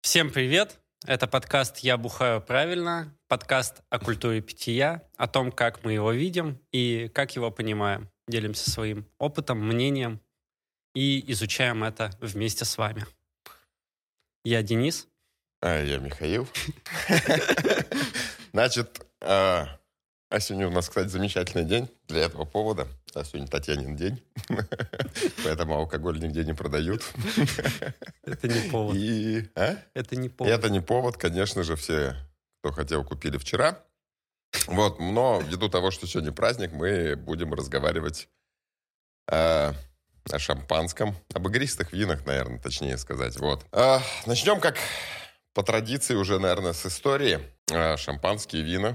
Всем привет! Это подкаст «Я бухаю правильно», подкаст о культуре питья, о том, как мы его видим и как его понимаем. Делимся своим опытом, мнением и изучаем это вместе с вами. Я Денис. А я Михаил. Значит, сегодня у нас, кстати, замечательный день для этого повода. Сегодня Татьянин день, поэтому алкоголь нигде не продают. Это не повод. Это не повод. Это не повод, конечно же, все, кто хотел, купили вчера. Вот, но ввиду того, что сегодня праздник, мы будем разговаривать о шампанском, об игристых винах, наверное, точнее сказать. Вот. Начнем, как по традиции, уже, наверное, с истории. Шампанские вина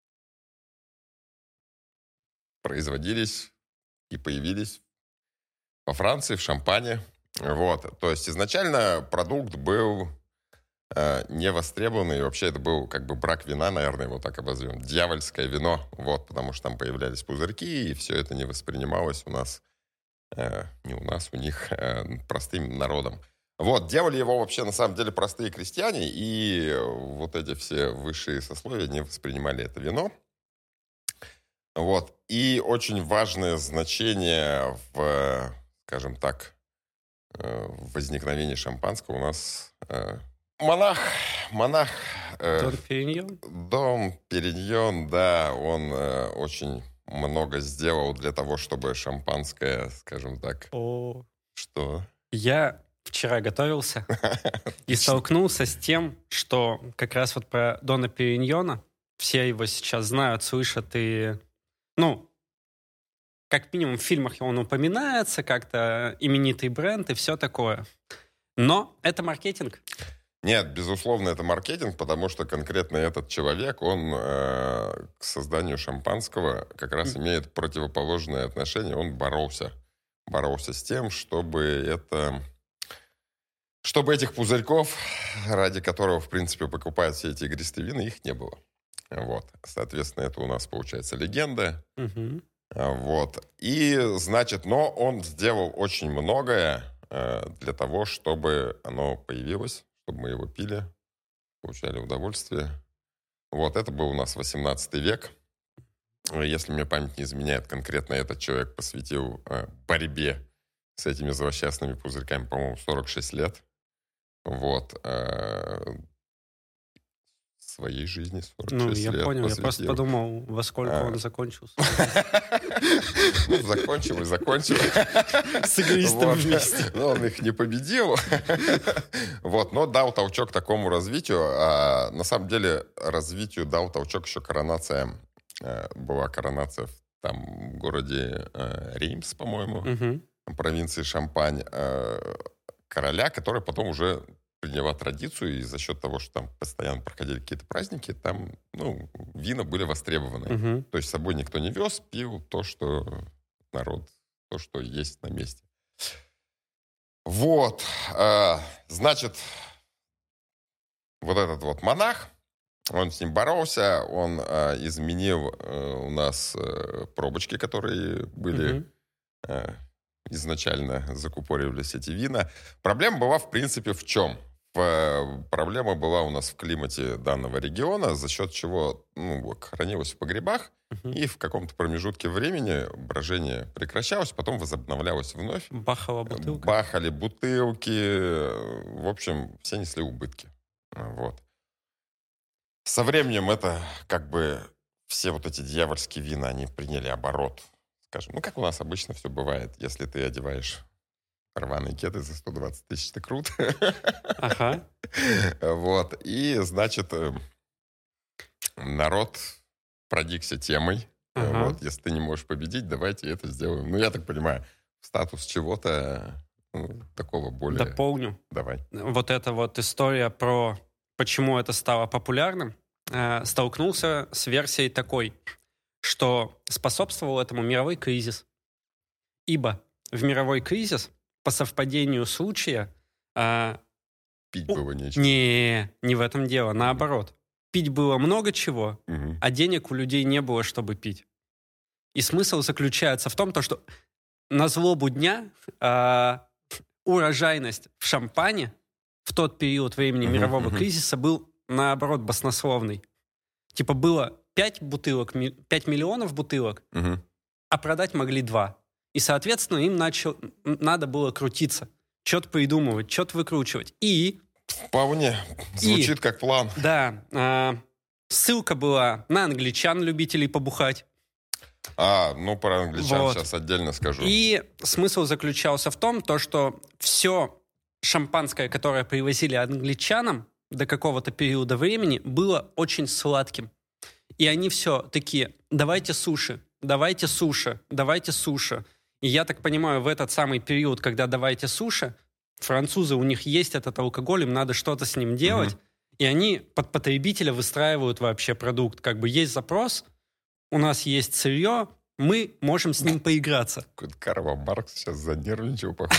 производились и появились во Франции, в Шампане. Вот. То есть изначально продукт был не востребованный. И вообще это был как бы брак вина, наверное, его так обозовем. Дьявольское вино. Вот, потому что там появлялись пузырьки, и все это не воспринималось у нас, не у нас, у них, простым народом. Вот, делали его вообще на самом деле простые крестьяне, и вот эти все высшие сословия не воспринимали это вино. Вот. И очень важное значение в, скажем так, в возникновении шампанского у нас монах. Дом Периньон? Дом Периньон, да, он очень много сделал для того, чтобы шампанское, скажем так... Что? Я вчера готовился и столкнулся с тем, что как раз вот про Дона Периньона все его сейчас знают, слышат и... как минимум в фильмах он упоминается, как-то именитый бренд и все такое. Но это маркетинг. Нет, безусловно, это маркетинг, потому что конкретно этот человек, он к созданию шампанского как раз имеет противоположное отношение. Он боролся с тем, чтобы этих пузырьков, ради которого, в принципе, покупают все эти игристые вина, их не было. Вот. Соответственно, это у нас получается легенда. Вот. И, значит, но он сделал очень многое для того, чтобы оно появилось, чтобы мы его пили, получали удовольствие. Вот. Это был у нас 18 век. Если мне память не изменяет, конкретно этот человек посвятил борьбе с этими злосчастными пузырьками, по-моему, 46 лет. Вот. Своей жизни 46 лет. Я понял, посвятил. Я просто подумал, во сколько он закончился. Закончил. С игристом вместе. Но он их не победил. Вот, но дал толчок такому развитию. На самом деле, развитию дал толчок еще коронация. Была коронация в городе Реймс, по-моему, провинции Шампань, короля, который потом уже приняла традицию, и за счет того, что там постоянно проходили какие-то праздники, там, вина были востребованы. То есть с собой никто не вез, пил то, что народ, то, что есть на месте. Вот. Значит, вот этот вот монах, он с ним боролся, он изменил у нас пробочки, которые были... изначально закупоривались эти вина. Проблема была, в принципе, в чем? Проблема была у нас в климате данного региона, за счет чего хранилось в погребах, и в каком-то промежутке времени брожение прекращалось, потом возобновлялось вновь. Бахала бутылка. Бахали бутылки. В общем, все несли убытки. Вот. Со временем это как бы все вот эти дьявольские вина, они приняли оборот. Скажем, как у нас обычно все бывает, если ты одеваешь рваные кеды за 120 тысяч, ты крут. Ага. Вот. И, значит, народ проникся темой. Вот. Если ты не можешь победить, давайте это сделаем. Я так понимаю, статус чего-то такого более... Дополню. Давай. Вот эта вот история про почему это стало популярным, столкнулся с версией такой, что способствовал этому мировой кризис. Ибо в мировой кризис, по совпадению случая... Пить было нечего. Не в этом дело. Наоборот. Пить было много чего, а денег у людей не было, чтобы пить. И смысл заключается в том, что на злобу дня урожайность в Шампане в в тот период времени мирового кризиса был, наоборот, баснословный. Типа было 5 миллионов бутылок, а продать могли 2. И, соответственно, им надо было крутиться, что-то придумывать, что-то выкручивать. Вполне. Звучит как план. Да. Ссылка была на англичан, любителей побухать. Про англичан сейчас отдельно скажу. И смысл заключался в том, что все шампанское, которое привозили англичанам до какого-то периода времени, было очень сладким. И они все такие: давайте суши, давайте суши, давайте суши. И я так понимаю, в этот самый период, когда давайте суши, французы, у них есть этот алкоголь, им надо что-то с ним делать, и они под потребителя выстраивают вообще продукт. Как бы есть запрос, у нас есть сырье, мы можем с ним поиграться. Какой-то Карл Маркс сейчас занервничал, походу.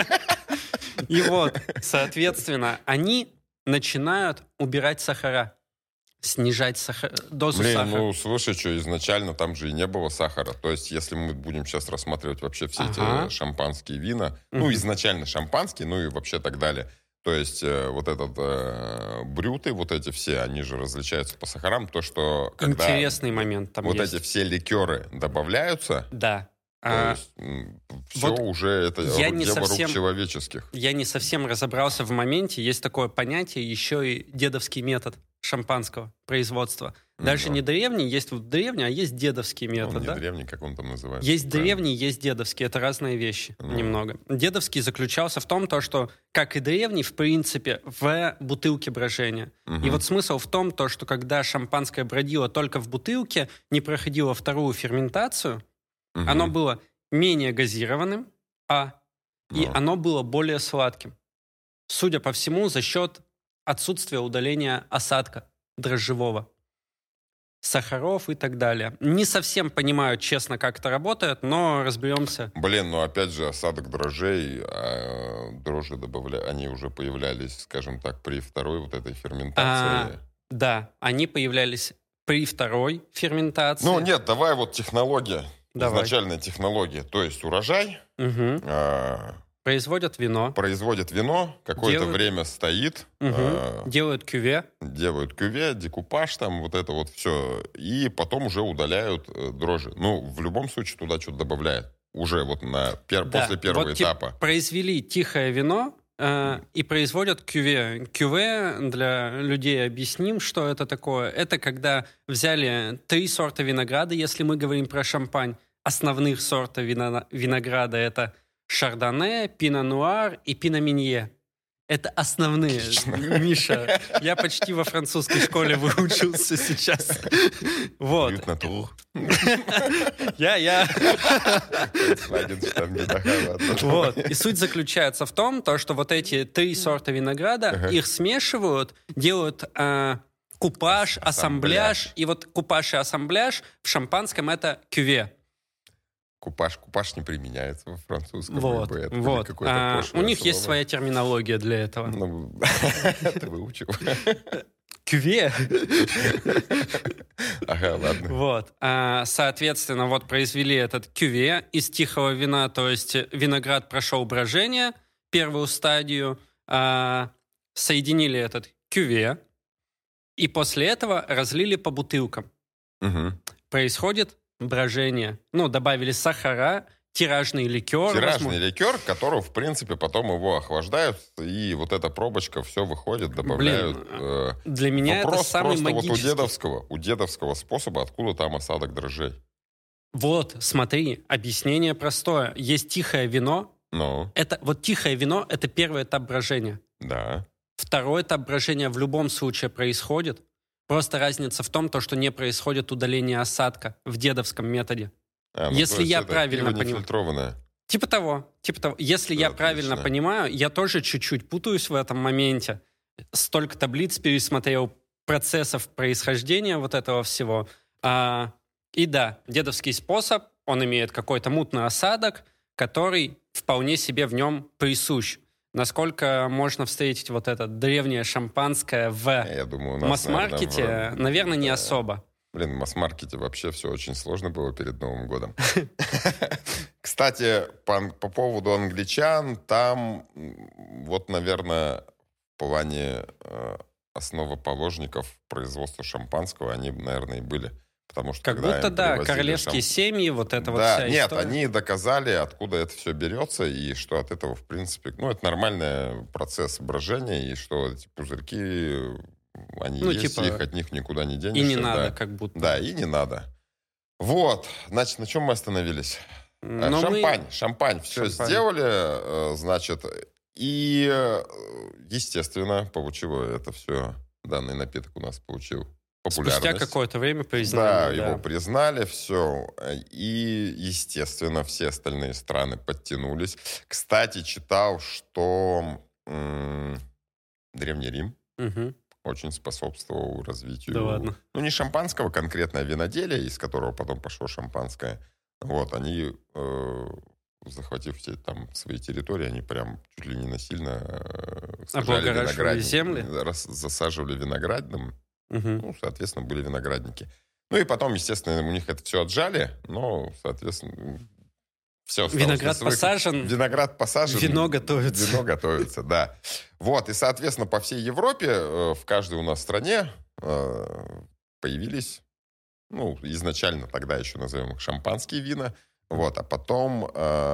И вот, соответственно, они начинают убирать сахара, снижать дозу сахара. Слушай, что изначально там же и не было сахара. То есть, если мы будем сейчас рассматривать вообще все эти шампанские вина, изначально шампанские, и вообще так далее. То есть, вот этот брюты, вот эти все, они же различаются по сахарам. То, что когда интересный момент там вот есть. Эти все ликеры добавляются, да. То есть, все вот уже это дело рук человеческих. Я не совсем разобрался в моменте. Есть такое понятие, еще и дедовский метод шампанского производства. Даже не древний, есть вот древний, а есть дедовский метод. Не древний, как он там называется. Есть древний, есть дедовский. Это разные вещи немного. Дедовский заключался в том, что, как и древний, в принципе, в бутылке брожения. И вот смысл в том, что когда шампанское бродило только в бутылке, не проходило вторую ферментацию, оно было менее газированным, и оно было более сладким. Судя по всему, за счет отсутствия удаления осадка дрожжевого, сахаров и так далее. Не совсем понимаю, честно, как это работает, но разберемся. Опять же, осадок дрожжей, дрожжи они уже появлялись, скажем так, при второй вот этой ферментации. Да, они появлялись при второй ферментации. Нет, давай вот технология. Изначальная технология. То есть урожай. Производят вино. Какое-то время стоит. Делают кюве. Декупаж, там вот это вот все. И потом уже удаляют дрожжи. В любом случае туда что-то добавляют. Уже вот после первого этапа. Произвели тихое вино и производят кюве. Кюве, для людей объясним, что это такое. Это когда взяли 3 сорта винограда, если мы говорим про шампань. Основных сортов винограда это шардоне, пино-нуар и пино-минье. Это основные. Миша, я почти во французской школе выучился сейчас. Вот. Вот. И суть заключается в том, что вот эти 3 сорта винограда, их смешивают, делают купаж, ассамбляж. И вот купаж и ассамбляж в шампанском это кюве. Купаж не применяется во французском. Вот. У них есть своя терминология для этого. Ты выучил. Кюве. Ага, ладно. Вот. Соответственно, вот произвели этот кюве из тихого вина, то есть виноград прошел брожение, первую стадию, соединили этот кюве, и после этого разлили по бутылкам. Происходит брожение. Добавили сахара, тиражный ликер. Ликер, которого, в принципе, потом его охлаждают, и вот эта пробочка, все выходит, добавляют. Для меня это самый магический. Вот у дедовского способа, откуда там осадок дрожжей. Вот, смотри, объяснение простое. Есть тихое вино. Тихое вино — это первый этап брожения. Да. Второй этап брожения в любом случае происходит. Просто разница в том, что не происходит удаление осадка в дедовском методе. Если я правильно понимаю. Типа того. Если я правильно понимаю, я тоже чуть-чуть путаюсь в этом моменте. Столько таблиц пересмотрел, процессов происхождения вот этого всего. И да, дедовский способ, он имеет какой-то мутный осадок, который вполне себе в нем присущ. Насколько можно встретить вот это древнее шампанское в масс-маркете, наверное, не особо. В масс-маркете вообще все очень сложно было перед Новым годом. Кстати, по поводу англичан, там вот, наверное, плане основоположников производства шампанского, они, наверное, и были. Потому что Как будто, да, королевские семьи, вот это вот вся нет, история. они доказали, откуда это все берется, и что от этого, в принципе, это нормальный процесс брожения, и что эти пузырьки, они есть, и их от них никуда не денешься. И не надо, как будто. Да, и не надо. Вот, значит, на чем мы остановились? Шампань. Все сделали, значит, и, естественно, это все, данный напиток у нас получил популярность. Спустя какое-то время признали. Да, его признали, все. И, естественно, все остальные страны подтянулись. Кстати, читал, что Древний Рим очень способствовал развитию... Да ладно. Не шампанского конкретно, а виноделия, из которого потом пошло шампанское. Вот, они, захватив все там свои территории, они прям чуть ли не насильно облагораживали земли, засаживали виноградным. Соответственно, были виноградники. И потом, естественно, у них это все отжали, но, соответственно, все осталось. Виноград посажен. Вино готовится. Вино готовится, да. Вот, и, соответственно, по всей Европе, в каждой у нас стране появились, изначально тогда еще назовем их шампанские вина, вот, а потом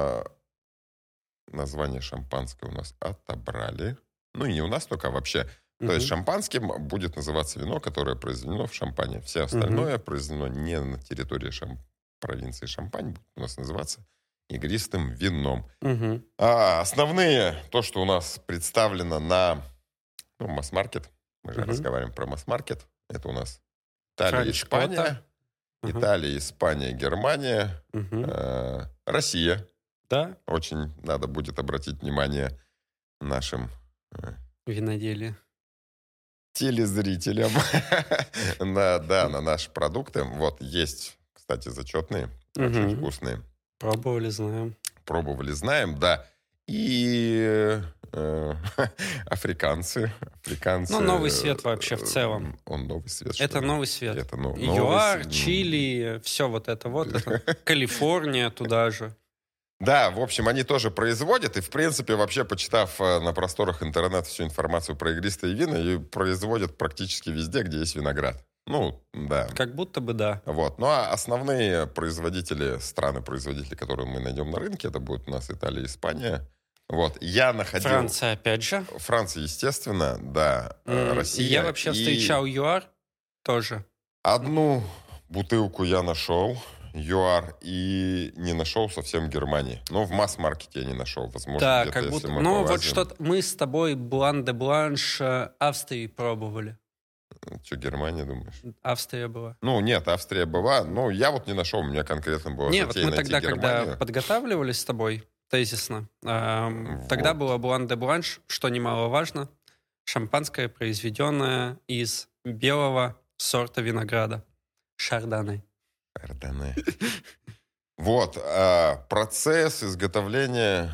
название шампанское у нас отобрали. И не у нас только, а вообще. То есть шампанским будет называться вино, которое произведено в Шампане. Все остальное произведено не на территории провинции Шампань, будет у нас называться игристым вином. Основные, то, что у нас представлено на масс-маркет, мы же разговариваем про масс-маркет, это у нас Италия, Испания, Италия, Испания, Германия, Россия. Да. Очень надо будет обратить внимание нашим виноделию. Телезрителям на наши продукты. Вот, есть, кстати, зачетные, очень вкусные. Пробовали, знаем, да. И африканцы. Новый свет вообще в целом. Он новый свет. Это новый свет. ЮАР, Чили, все вот это. Калифорния туда же. Да, в общем, они тоже производят, и, в принципе, вообще, почитав на просторах интернета всю информацию про игристые вина, и производят практически везде, где есть виноград. Да. Как будто бы да. Вот. А основные страны-производители, которые мы найдем на рынке, это будут у нас Италия, Испания. Вот. Я находил... Франция, опять же. Франция, естественно, да. Россия. Я вообще встречал ЮАР тоже. Одну бутылку я нашел. ЮАР, и не нашел совсем Германии. В масс-маркете я не нашел. Возможно, да, где-то, как будто... если мы вот что-то... Мы с тобой Блан де Бланш Австрии пробовали. Что, Германия, думаешь? Австрия была. Нет, Австрия была. Я не нашел. У меня конкретно было затея мы тогда, когда подготавливались с тобой тезисно, тогда была Блан де Бланш, что немаловажно, шампанское, произведенное из белого сорта винограда. Шардоне. Вот, процесс изготовления...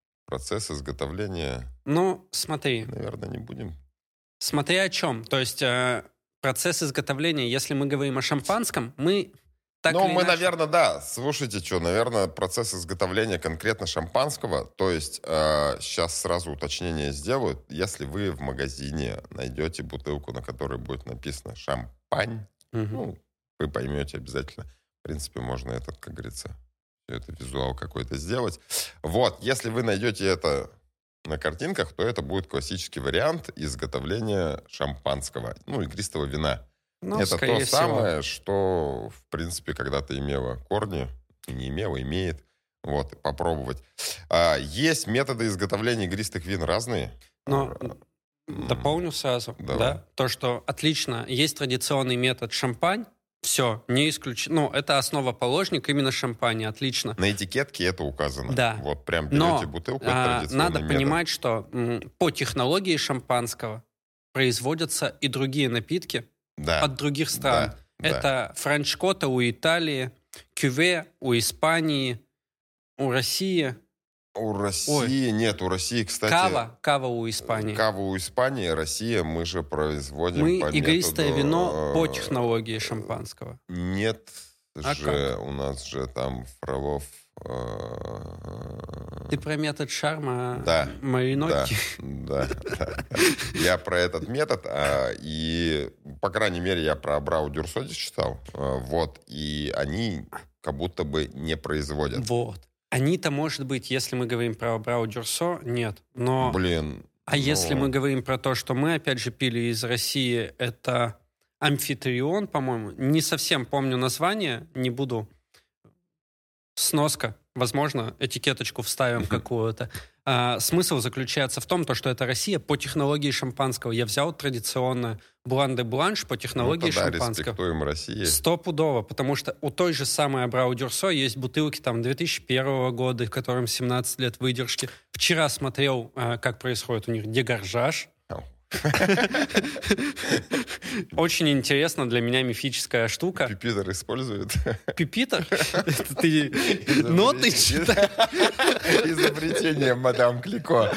смотри. Наверное, не будем. Смотри о чем. То есть процесс изготовления, если мы говорим о шампанском, мы так или иначе... наверное, да. Слушайте, наверное, процесс изготовления конкретно шампанского, то есть сейчас сразу уточнение сделаю. Если вы в магазине найдете бутылку, на которой будет написано «шампань», вы поймете обязательно. В принципе, можно как говорится, это визуал какой-то сделать. Вот, если вы найдете это на картинках, то это будет классический вариант изготовления шампанского, игристого вина. Это то самое, что, в принципе, когда-то имело корни, и не имело, имеет. Вот, попробовать. Есть методы изготовления игристых вин разные. Дополню сразу. Да? То, что отлично. Есть традиционный метод шампань. Все, не исключено. Это основоположник именно шампаня. Отлично. На этикетке это указано. Да. Вот прям берете бутылку, это традиционный надо метод. понимать, что по технологии шампанского производятся и другие напитки от других стран. Это франчкота у Италии, кюве у Испании, у России. У России нет, у России, кстати... Кава у Испании. Кава у Испании, Россия, мы же производим игристое вино по технологии шампанского. Нет, у нас же там Фролов... Ты про метод шарма Да. Маринотти? Да. Я про этот метод, и, по крайней мере, я про Абрау-Дюрсо читал, вот, и они как будто бы не производят. Вот. Они-то, может быть, если мы говорим про Абрау-Дюрсо, нет. Но... если мы говорим про то, что мы, опять же, пили из России, это Амфитрион, по-моему. Не совсем помню название, не буду... Сноска. Возможно, этикеточку вставим какую-то. Смысл заключается в том, что это Россия по технологии шампанского. Я взял традиционно Блан де Бланш по технологии шампанского. Респектуем России. Стопудово, потому что у той же самой Абрау-Дюрсо есть бутылки там 2001 года, которым 17 лет выдержки. Вчера смотрел, как происходит у них дегоржаж. Очень интересно для меня мифическая штука. Пипитер использует. Пипитер? Ты ноты читаешь? Изобретение мадам Клико.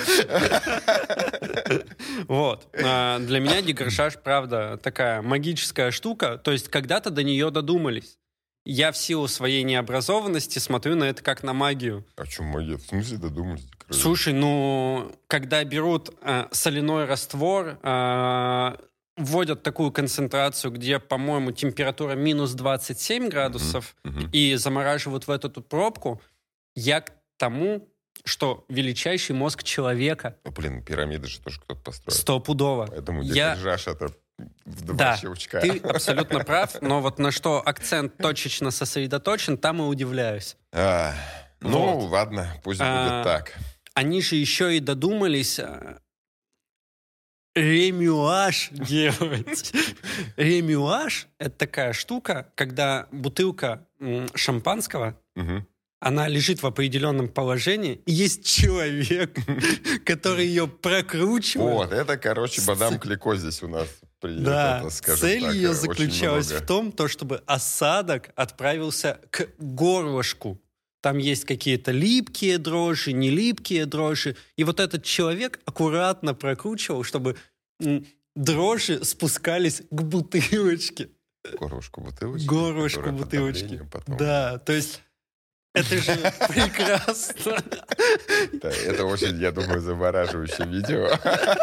Вот. Для меня дегоржаж, правда, такая магическая штука. То есть когда-то до нее додумались. Я в силу своей необразованности смотрю на это как на магию. А что магия? В смысле додумались? Слушай, когда берут соляной раствор, вводят такую концентрацию, где, по-моему, температура минус 27 градусов, и замораживают в эту пробку, я к тому, что величайший мозг человека... пирамиды же тоже кто-то построил. Стопудово. Поэтому дегоржаж это... Да, ты абсолютно прав, но вот на что акцент точечно сосредоточен, там и удивляюсь. Ладно, пусть будет так. Они же еще и додумались ремюаж делать. Ремюаж — это такая штука, когда бутылка шампанского, она лежит в определенном положении, и есть человек, который ее прокручивает. Вот, это, мадам Клико здесь у нас. Да, цель ее заключалась в том, чтобы осадок отправился к горлышку. Там есть какие-то липкие дрожжи, нелипкие дрожжи. И вот этот человек аккуратно прокручивал, чтобы дрожжи спускались к бутылочке. Горлышку бутылочки? Горлышку бутылочки. Да, то есть это же прекрасно. Это очень, я думаю, завораживающее видео.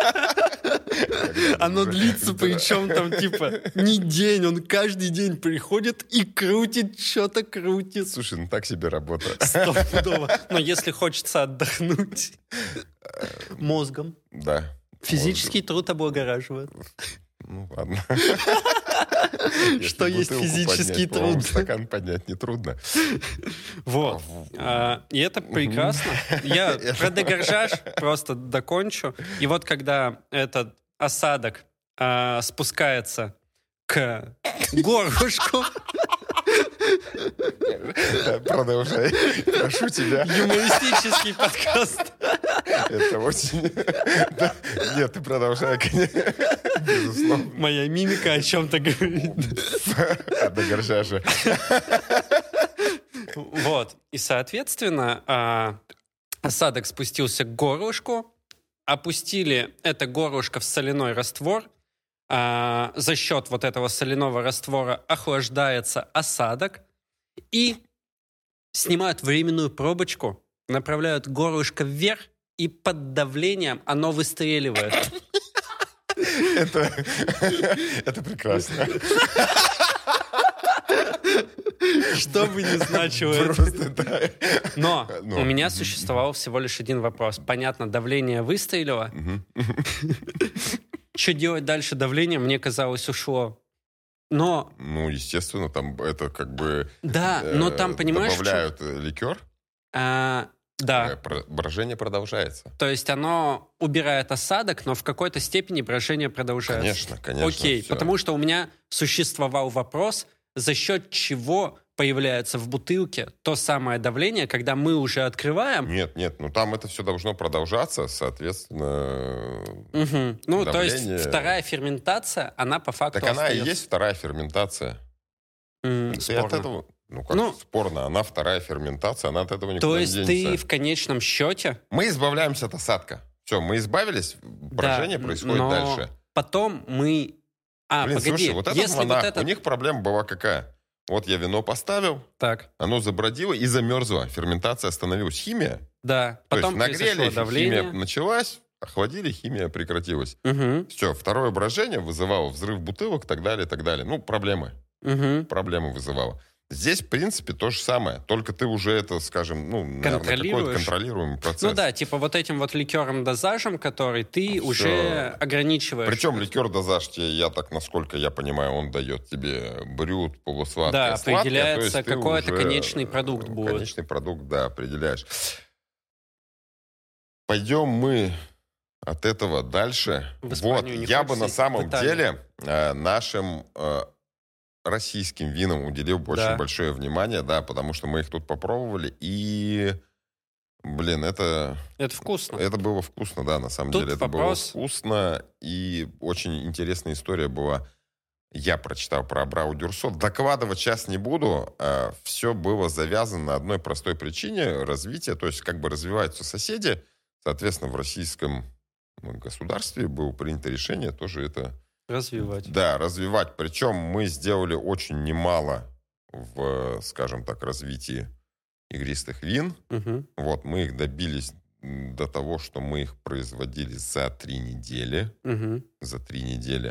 Оно длится, причем там не день, он каждый день приходит и крутит, что-то крутит. Слушай, так себе работа. Стопудово. Но если хочется отдохнуть мозгом, да, физический труд облагораживает. Ладно. Что есть физический труд? Стакан поднять нетрудно. Вот. И это прекрасно. Я про дегоржаж просто докончу. И вот когда этот осадок спускается к горлышку... Продолжай. Прошу тебя. Юмористический подкаст. Это очень... Нет, ты продолжай, безусловно. Моя мимика о чем-то говорит. О дегоржаже. Вот. И, соответственно, осадок спустился к горлышку, опустили это горлышко в соляной раствор. За счет вот этого соляного раствора охлаждается осадок и снимают временную пробочку, направляют горлышко вверх, и под давлением оно выстреливает. Это прекрасно. Что бы ни значило это. Но у меня существовал всего лишь один вопрос. Понятно, давление выстрелило. Что делать дальше давление, мне казалось, ушло. Но... естественно, там это как бы... Да, но там, понимаешь... Добавляют ликер. Да. Брожение продолжается. То есть оно убирает осадок, но в какой-то степени брожение продолжается. Конечно. Окей, все. Потому что у меня существовал вопрос, за счет чего появляется в бутылке то самое давление, когда мы уже открываем. Нет, там это все должно продолжаться, соответственно... То есть вторая ферментация, она по факту Так она остается. и есть вторая ферментация. Спорно. От этого... спорно, она вторая ферментация, она от этого никуда не денется. То есть ты в конечном счете... Мы избавляемся от осадка. Все, мы избавились, брожение происходит дальше. Потом мы... Слушай, вот этот монах, у них проблема была какая? Вот я вино поставил, Так. оно забродило и замерзло. Ферментация остановилась. Химия. Да. То Потом есть нагрели, произошло давление. химия началась, охладили, химия прекратилась. Угу. Все, второе брожение вызывало взрыв бутылок и так далее, и так далее. Ну, проблемы. Угу. Проблемы вызывало. Здесь, в принципе, то же самое. Только ты уже это, скажем, ну, наверное, какой-то контролируемый процесс. Ну да, типа вот этим вот ликером-дозажем, который ты уже ограничиваешь. Причем ликер-дозаж, я так, насколько я понимаю, он дает тебе брют, полусладкое, да, сладкое. определяется какой-то конечный продукт будет. Конечный продукт, да, определяешь. Пойдем мы от этого дальше. Вот, я бы на самом деле нашим российским винам уделил очень большое внимание, да, потому что мы их тут попробовали, и, блин, это вкусно. Это было вкусно, да, на самом деле. Это было вкусно, и очень интересная история была. Я прочитал про Абрау Дюрсо. Докладывать сейчас не буду. Все было завязано на одной простой причине развития. То есть как бы развиваются соседи. Соответственно, в российском государстве было принято решение тоже это... Развивать. Да, развивать. Причем мы сделали очень немало в, скажем так, развитии игристых вин. Угу. Вот, мы их добились до того, что мы их производили за 3 недели. Угу. За 3 недели.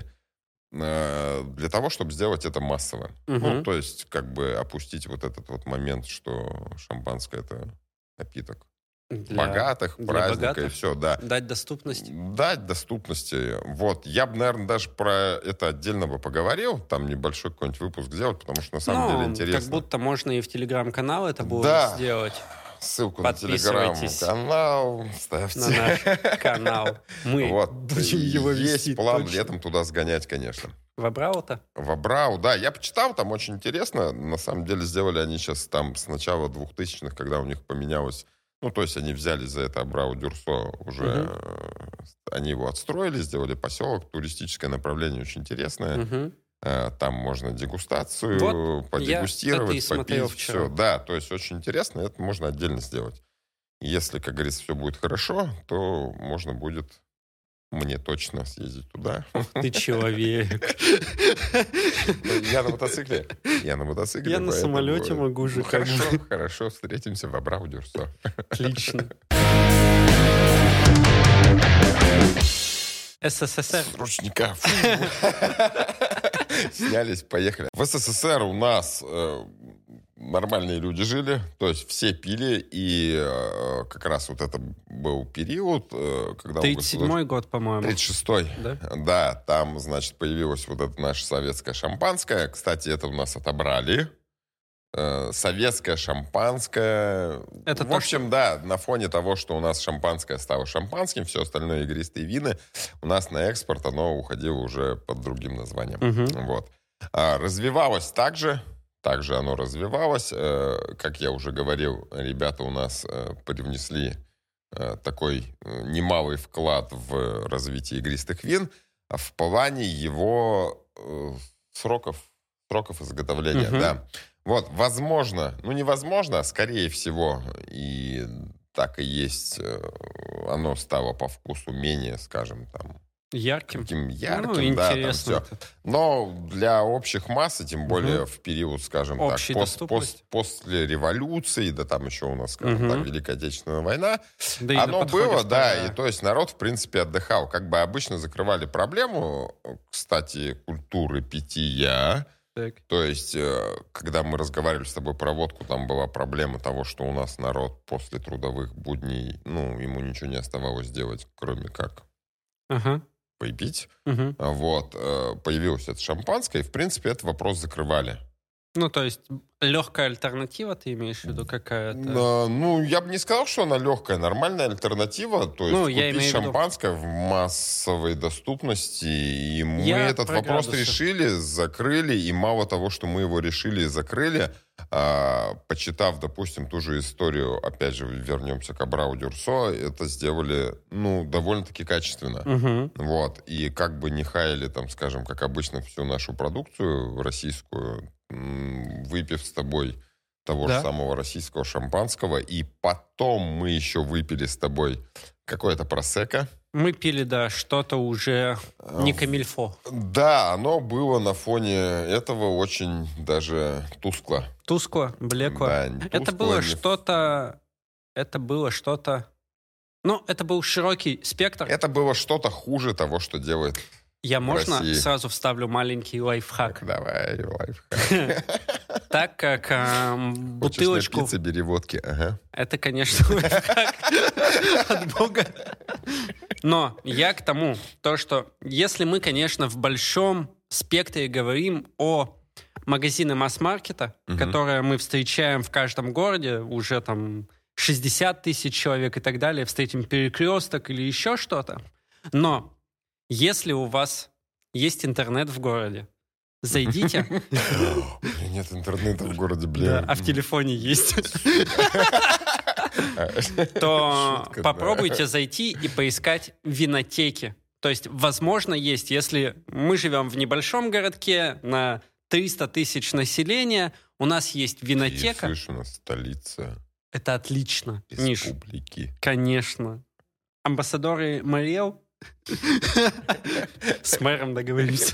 Для того, чтобы сделать это массово. Угу. Ну, то есть, как бы опустить вот этот вот момент, что шампанское — это напиток богатых, праздника и все, да. Дать доступность. Дать доступности. Вот. Я бы, наверное, даже про это отдельно бы поговорил. Там небольшой какой-нибудь выпуск сделать, потому что на самом деле интересно. Как будто можно и в Телеграм-канал это будет сделать. Ссылку на Телеграм-канал ставьте. На наш канал. Мы будем его вести. Есть план летом туда сгонять, конечно. В Абрау-то? В Абрау, да. Я почитал, там очень интересно. На самом деле сделали они сейчас там с начала 2000-х, когда у них поменялось. Ну, то есть они взялись за это Абрау Дюрсо уже. Они его отстроили, сделали поселок. Туристическое направление очень интересное. Там можно дегустацию, подегустировать, попить. Все. Да, то есть очень интересно. Это можно отдельно сделать. Если, как говорится, все будет хорошо, то можно будет мне точно съездить туда. Ты человек. Я на мотоцикле. Я на самолете могу же. Хорошо, встретимся в Абрау Дюрсо. Отлично. СССР. Ручника. Снялись, поехали. В СССР у нас нормальные люди жили, то есть все пили, и как раз вот это был период, когда... 37-й год, по-моему. 36-й. Да? Да, там, значит, появилось вот это наше советское шампанское. Кстати, это у нас отобрали. Советское шампанское. Это в общем, да, на фоне того, что у нас шампанское стало шампанским, все остальное игристые вины, у нас на экспорт оно уходило уже под другим названием. Вот. Развивалось также оно развивалось. Как я уже говорил, ребята у нас привнесли такой немалый вклад в развитие игристых вин в плане его сроков изготовления, да. Вот, возможно, невозможно, а скорее всего, и так и есть, оно стало по вкусу менее, скажем, там... Ярким, да, там все. Но для общих масс, и тем более в период, скажем так, после революции, да там еще у нас, скажем так, Великая Отечественная война, да, оно было, да, и то есть народ, в принципе, отдыхал. Как бы обычно закрывали проблему, кстати, культуры питья. Так. То есть, когда мы разговаривали с тобой про водку, там была проблема того, что у нас народ после трудовых будней, ему ничего не оставалось делать, кроме как выпить. Вот. Появилось это шампанское, и, в принципе, этот вопрос закрывали. Ну, то есть, легкая альтернатива, ты имеешь в виду какая-то? Я бы не сказал, что она легкая. Нормальная альтернатива. То есть, купить шампанское в массовой доступности. И мы этот вопрос решили, закрыли. И мало того, что мы его решили и закрыли, почитав, допустим, ту же историю, опять же, вернемся к Абрау Дюрсо, это сделали, довольно-таки качественно. Вот. И как бы не хаяли, там, скажем, как обычно, всю нашу продукцию российскую, выпив с тобой того же самого российского шампанского, и потом мы еще выпили с тобой какое-то просекко. Мы пили, да, что-то уже не камильфо. Да, оно было на фоне этого очень даже тускло. Тускло, блекло. Да, не Это тускло, было не- что-то... Это было что-то... Ну, это был широкий спектр. Это было что-то хуже того, что делает. Я, можно, России. сразу вставлю маленький лайфхак? Давай, лайфхак. Так как Хочешь бутылочку... напиться, бери водки. Ага. Это, конечно, лайфхак от Бога. Но я к тому, то, что если мы, конечно, в большом спектре говорим о магазинах масс-маркета, которые мы встречаем в каждом городе, уже там 60 тысяч человек и так далее, встретим Перекресток или еще что-то. Но если у вас есть интернет в городе, зайдите. Нет интернета в городе, Да, блин. а в телефоне есть. То Шутка, да. попробуйте зайти и поискать винотеки. То есть, возможно, есть, если мы живем в небольшом городке на 300 тысяч населения, у нас есть винотека. Слышь, у нас столица Это отлично, Миш. республики. Конечно. Амбассадоры Мариэл. С мэром договоримся.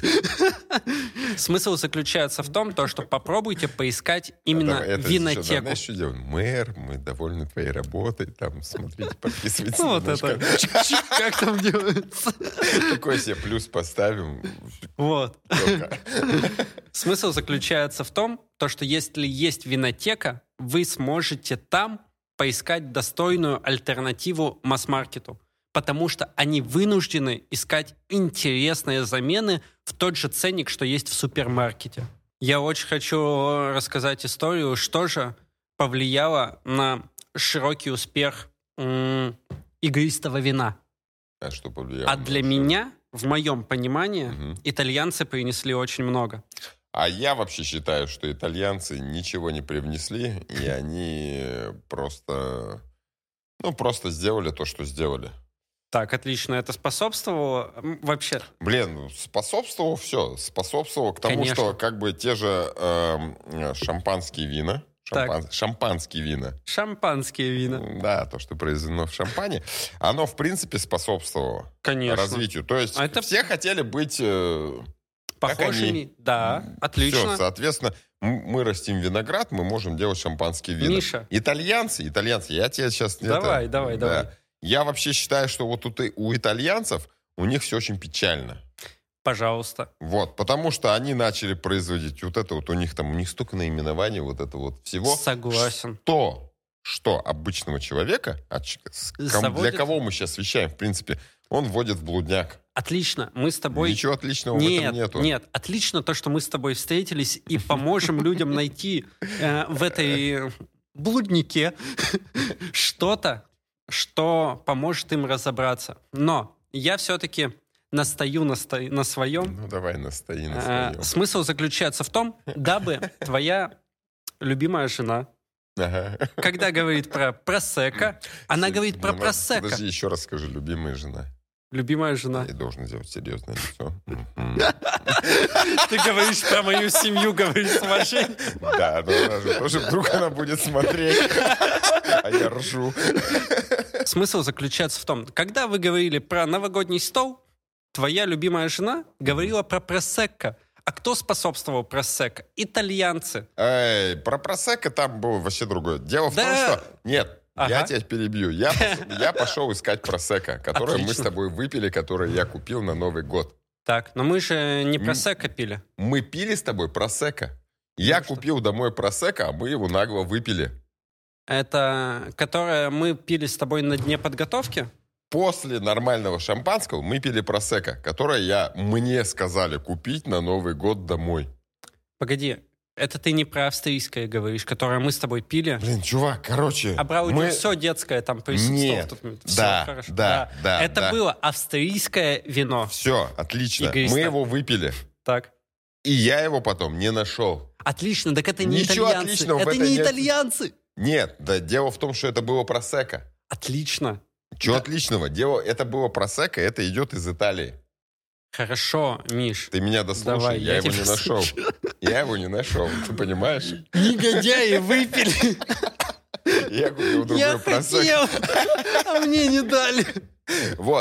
Смысл заключается в том, что попробуйте поискать именно Винотеку. винотеку. Что делаем? Мэр, мы довольны твоей работой. Там, смотрите, подписывайтесь. Ну, вот это. Чик-чик, как там делается. Какой себе плюс поставим? Вот. Только. Смысл заключается в том, что если есть винотека, вы сможете там поискать достойную альтернативу масс-маркету. Потому что они вынуждены искать интересные замены в тот же ценник, что есть в супермаркете. Я очень хочу рассказать историю, что же повлияло на широкий успех игристого вина. А что повлияло? А для меня, в моем понимании, итальянцы принесли очень много. А я вообще считаю, что итальянцы ничего не привнесли, и они просто сделали то, что сделали. Так, отлично. Это способствовало вообще? Блин, способствовало все. Способствовало к тому, Конечно. что как бы те же шампанские вина, шампанские вина, Шампанские вина. да, то, что произведено в шампане, оно, в принципе, способствовало Конечно. развитию. То есть все хотели быть похожими. Да, отлично. Все, соответственно, мы растим виноград, мы можем делать шампанские вина. Миша. Итальянцы, я тебе сейчас... Давай. Я вообще считаю, что вот у итальянцев у них все очень печально. Пожалуйста. Вот, потому что они начали производить вот это вот, у них столько наименований вот это вот всего. Согласен. Что обычного человека, для Заводит. кого мы сейчас вещаем, в принципе, он вводит в блудняк. Отлично. Мы с тобой... Ничего отличного в этом нету. Нет, отлично то, что мы с тобой встретились и поможем людям найти в этой блуднике что-то, что поможет им разобраться. Но я все-таки настаю на своем. Ну, давай, настои на своем. Смысл заключается в том, дабы твоя любимая жена, когда говорит про просекко, она говорит про просекко. Подожди, еще раз скажи, любимая жена. Любимая жена. Я должен сделать серьезное лицо. Ты говоришь про мою семью, говоришь с уважением. Да, но она же тоже вдруг она будет смотреть, а я ржу. Смысл заключается в том, когда вы говорили про новогодний стол, твоя любимая жена говорила про просекко. А кто способствовал просекко? Итальянцы. Про просекко там было вообще другое. Дело в том, что... Нет, я тебя перебью. Я пошел искать просекко, которое мы с тобой выпили, которое я купил на Новый год. Так, но мы же не просекко пили. Мы пили с тобой просекко. Я купил домой просекко, а мы его нагло выпили. Это которое мы пили с тобой на дне подготовки? После нормального шампанского мы пили просекко, которое мне сказали купить на Новый год домой. Погоди, это ты не про австрийское говоришь, которое мы с тобой пили? Блин, чувак, короче... А Браудер все детское там присутствовало? Нет, да. Это было австрийское вино. Все, отлично. Игристое. Мы его выпили. Так. И я его потом не нашел. Отлично, так это не Ничего итальянцы. отличного в Это этом не нет. итальянцы. Нет, да, дело в том, что это было просекко. Отлично. Чего отличного? Это было просекко, это идет из Италии. Хорошо, Миш. Ты меня дослушай, Давай, я его тебя не нашел. слушаю. Я его не нашел, ты понимаешь? Негодяи выпили. Я купил Я другой просекко. хотел, а мне не дали. Вот.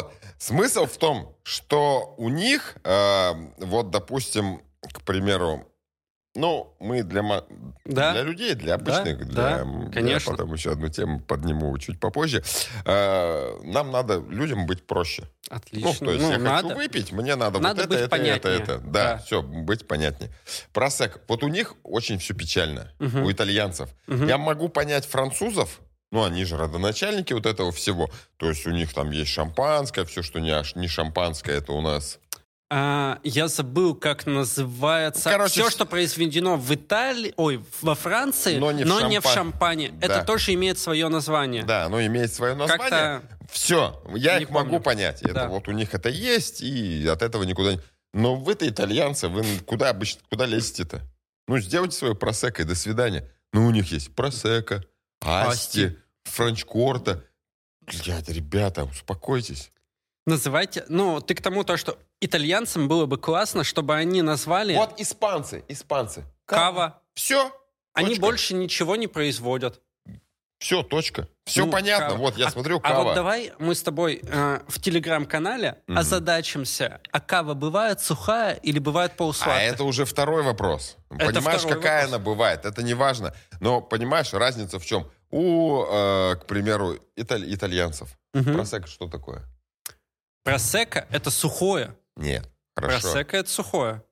Смысл в том, что у них, вот, допустим, к примеру, ну, мы для людей, для обычных, конечно. Я потом еще одну тему подниму чуть попозже, нам надо людям быть проще. Отлично. Ну, то есть я хочу выпить, мне надо вот быть это. Да, все, быть понятнее. Просекко. Вот у них очень все печально, у итальянцев. Я могу понять французов, ну, они же родоначальники вот этого всего. То есть у них там есть шампанское, все, что не шампанское, это у нас... Я забыл, как называется. Короче, все, что произведено в Италии, во Франции, но не в шампане. Да. Это тоже имеет свое название. Да, оно имеет свое название. Как-то... Все, я их могу понять. Да. Это вот у них это есть, и от этого никуда не... Но вы-то итальянцы, вы куда лезете-то? Ну, сделайте свое просекко, и до свидания. Ну, у них есть просекко, асти, франчкорта. Блядь, ребята, успокойтесь. Называйте... Ну, ты к тому, что итальянцам было бы классно, чтобы они назвали... Вот испанцы. Кава. Все. Они больше ничего не производят. Все, точка. Все понятно. Кава. Вот, я смотрю, кава. А вот давай мы с тобой в телеграм-канале озадачимся. А кава бывает сухая или бывает полусладкая? А это уже второй вопрос. Понимаешь, какая она бывает? Это не важно. Но, понимаешь, разница в чем? К примеру, итальянцев. Просекко что такое? Просекко — это сухое. Нет, хорошо. Просекко — это сухое.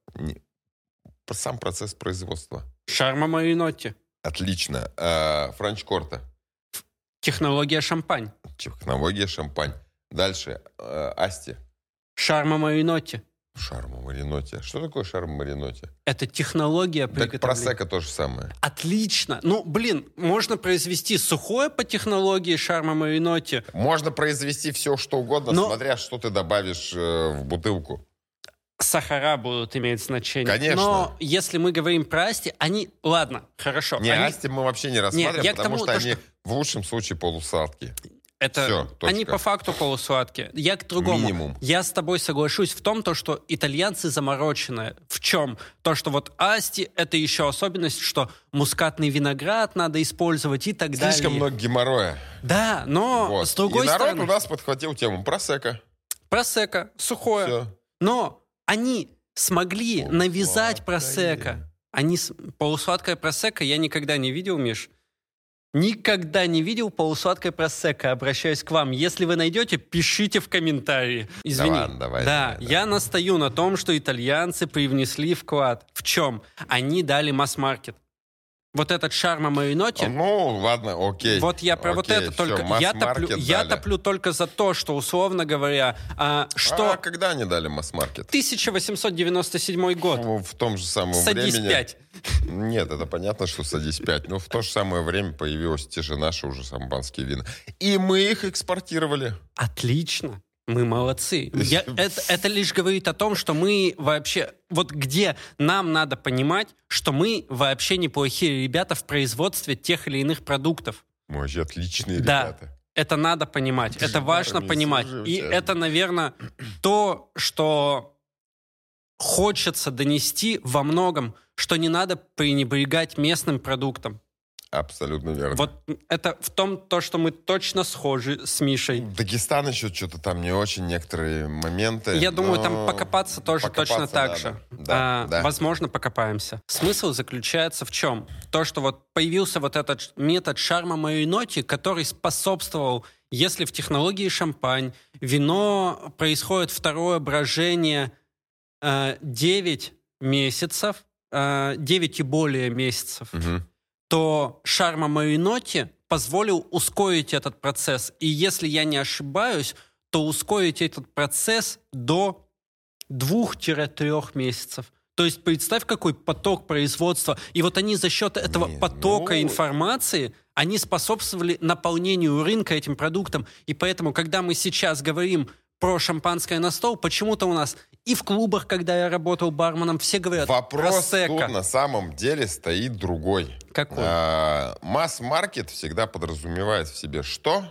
Сам процесс производства. Шарма Маринотти. Отлично. Франчкорта. Технология шампань. Технология шампань. Дальше. Асти. Шарма Маринотти. Шарма Маринотти. Что такое шарма Маринотти? Это технология приготовления. Так просекко то же самое. Отлично. Ну, можно произвести сухое по технологии шарма Маринотти. Можно произвести все, что угодно, смотря что ты добавишь в бутылку. Сахара будут иметь значение. Конечно. Но если мы говорим про асти, они... Ладно, хорошо. Асти мы вообще не рассматриваем, потому что они в лучшем случае полусладкие. Это все, они по факту полусладкие. Я к другому. Минимум. Я с тобой соглашусь в том, что итальянцы замороченные. В чем? То, что вот асти — это еще особенность, что мускатный виноград надо использовать и так далее. Слишком много геморроя. Да, но с другой стороны... И народ у нас подхватил тему просекко. Просекко, сухое. Все. Но они смогли навязать просекко. Полусладкое просекко я никогда не видел, Миш. Никогда не видел полусладкое просекко. Обращаюсь к вам. Если вы найдете, пишите в комментарии. Извини. Давай. Я настаю на том, что итальянцы привнесли вклад. В чем? Они дали масс-маркет. Вот этот шарма Маринотти... Ну, ладно, окей. Вот я про вот это только... Я топлю только за то, что, условно говоря... что когда они дали масс-маркет? 1897 год. В том же самом Садись времени... 5. Нет, это понятно, что садись 5. Но в то же самое время появились те же наши уже шампанские вина. И мы их экспортировали. Отлично. Мы молодцы. Это лишь говорит о том, что мы вообще... Вот где нам надо понимать, что мы вообще неплохие ребята в производстве тех или иных продуктов. Мы вообще отличные ребята. Да, это надо понимать. Это важно понимать. И это, наверное, то, что хочется донести во многом, что не надо пренебрегать местным продуктом. Абсолютно верно. Вот это в том, то, что мы точно схожи с Мишей. Дагестан еще что-то там не очень, некоторые моменты. Я думаю, там покопаться тоже точно так же. Да. Возможно, покопаемся. Смысл заключается в чем? То, что вот появился вот этот метод шарма Маринотти, который способствовал, если в технологии шампань вино происходит второе брожение 9 месяцев, 9 и более месяцев, то шарма Маринотти позволил ускорить этот процесс. И если я не ошибаюсь, то ускорить этот процесс до 2-3 месяцев. То есть представь, какой поток производства. И вот они за счет этого потока информации, они способствовали наполнению рынка этим продуктом. И поэтому, когда мы сейчас говорим про шампанское на стол, почему-то у нас и в клубах, когда я работал барменом, все говорят вопрос просекко. Тут на самом деле стоит другой. Какой? Масс-маркет всегда подразумевает в себе что?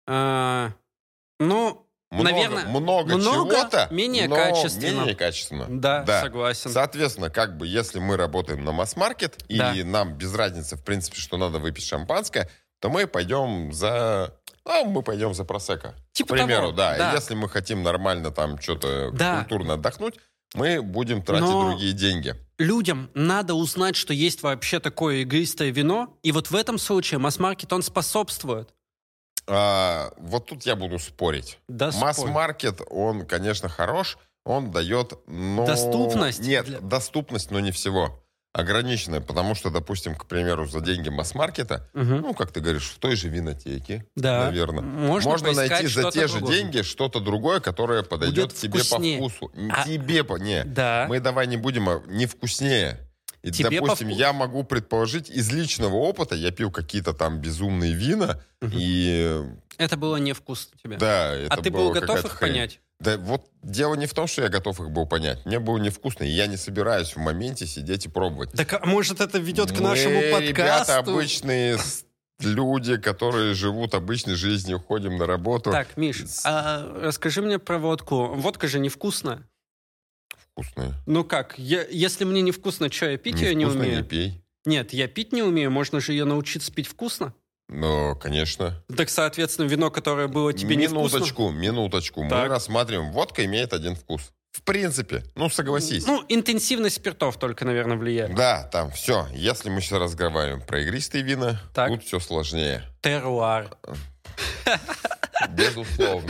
Наверное, много чего-то, менее качественно. Менее качественно. Да, согласен. Соответственно, если мы работаем на масс-маркет, и нам без разницы, в принципе, что надо выпить шампанское, то мы пойдем за мы пойдем за просекко. Типа К примеру, того, да. да. И если мы хотим нормально там что-то Да. культурно отдохнуть, мы будем тратить другие деньги. Людям надо узнать, что есть вообще такое игристое вино, и вот в этом случае масс-маркет, он способствует. Вот тут я буду спорить. Да, Масс-маркет, он, конечно, хорош, он дает... Доступность? Нет, доступность, но не всего. Ограниченная, потому что, допустим, к примеру, за деньги масс-маркета, как ты говоришь, в той же винотеке, наверное, можно найти за те же деньги что-то другое, которое подойдет тебе по вкусу. Мы давай не будем, не вкуснее. И, допустим, я могу предположить, из личного опыта я пил какие-то там безумные вина, и... Это было невкусно тебе. Да, это ты был готов их понять? Да вот дело не в том, что я готов их был понять. Мне было невкусно, и я не собираюсь в моменте сидеть и пробовать. Так может это ведет к нашему подкасту? Ребята обычные люди, которые живут обычной жизнью, ходим на работу. Так, Миш, расскажи мне про водку. Водка же невкусная. Вкусная. Ну как, если мне невкусно, что, я пить ее не умею? Не пей. Нет, я пить не умею, можно же ее научиться пить вкусно. Ну, конечно. Так, соответственно, вино, которое было тебе невкусно... Минуточку. Мы рассматриваем. Водка имеет один вкус. В принципе. Ну, согласись. Ну, интенсивность спиртов только, наверное, влияет. Да, там все. Если мы сейчас разговариваем про игристые вина, тут все сложнее. Теруар. Безусловно.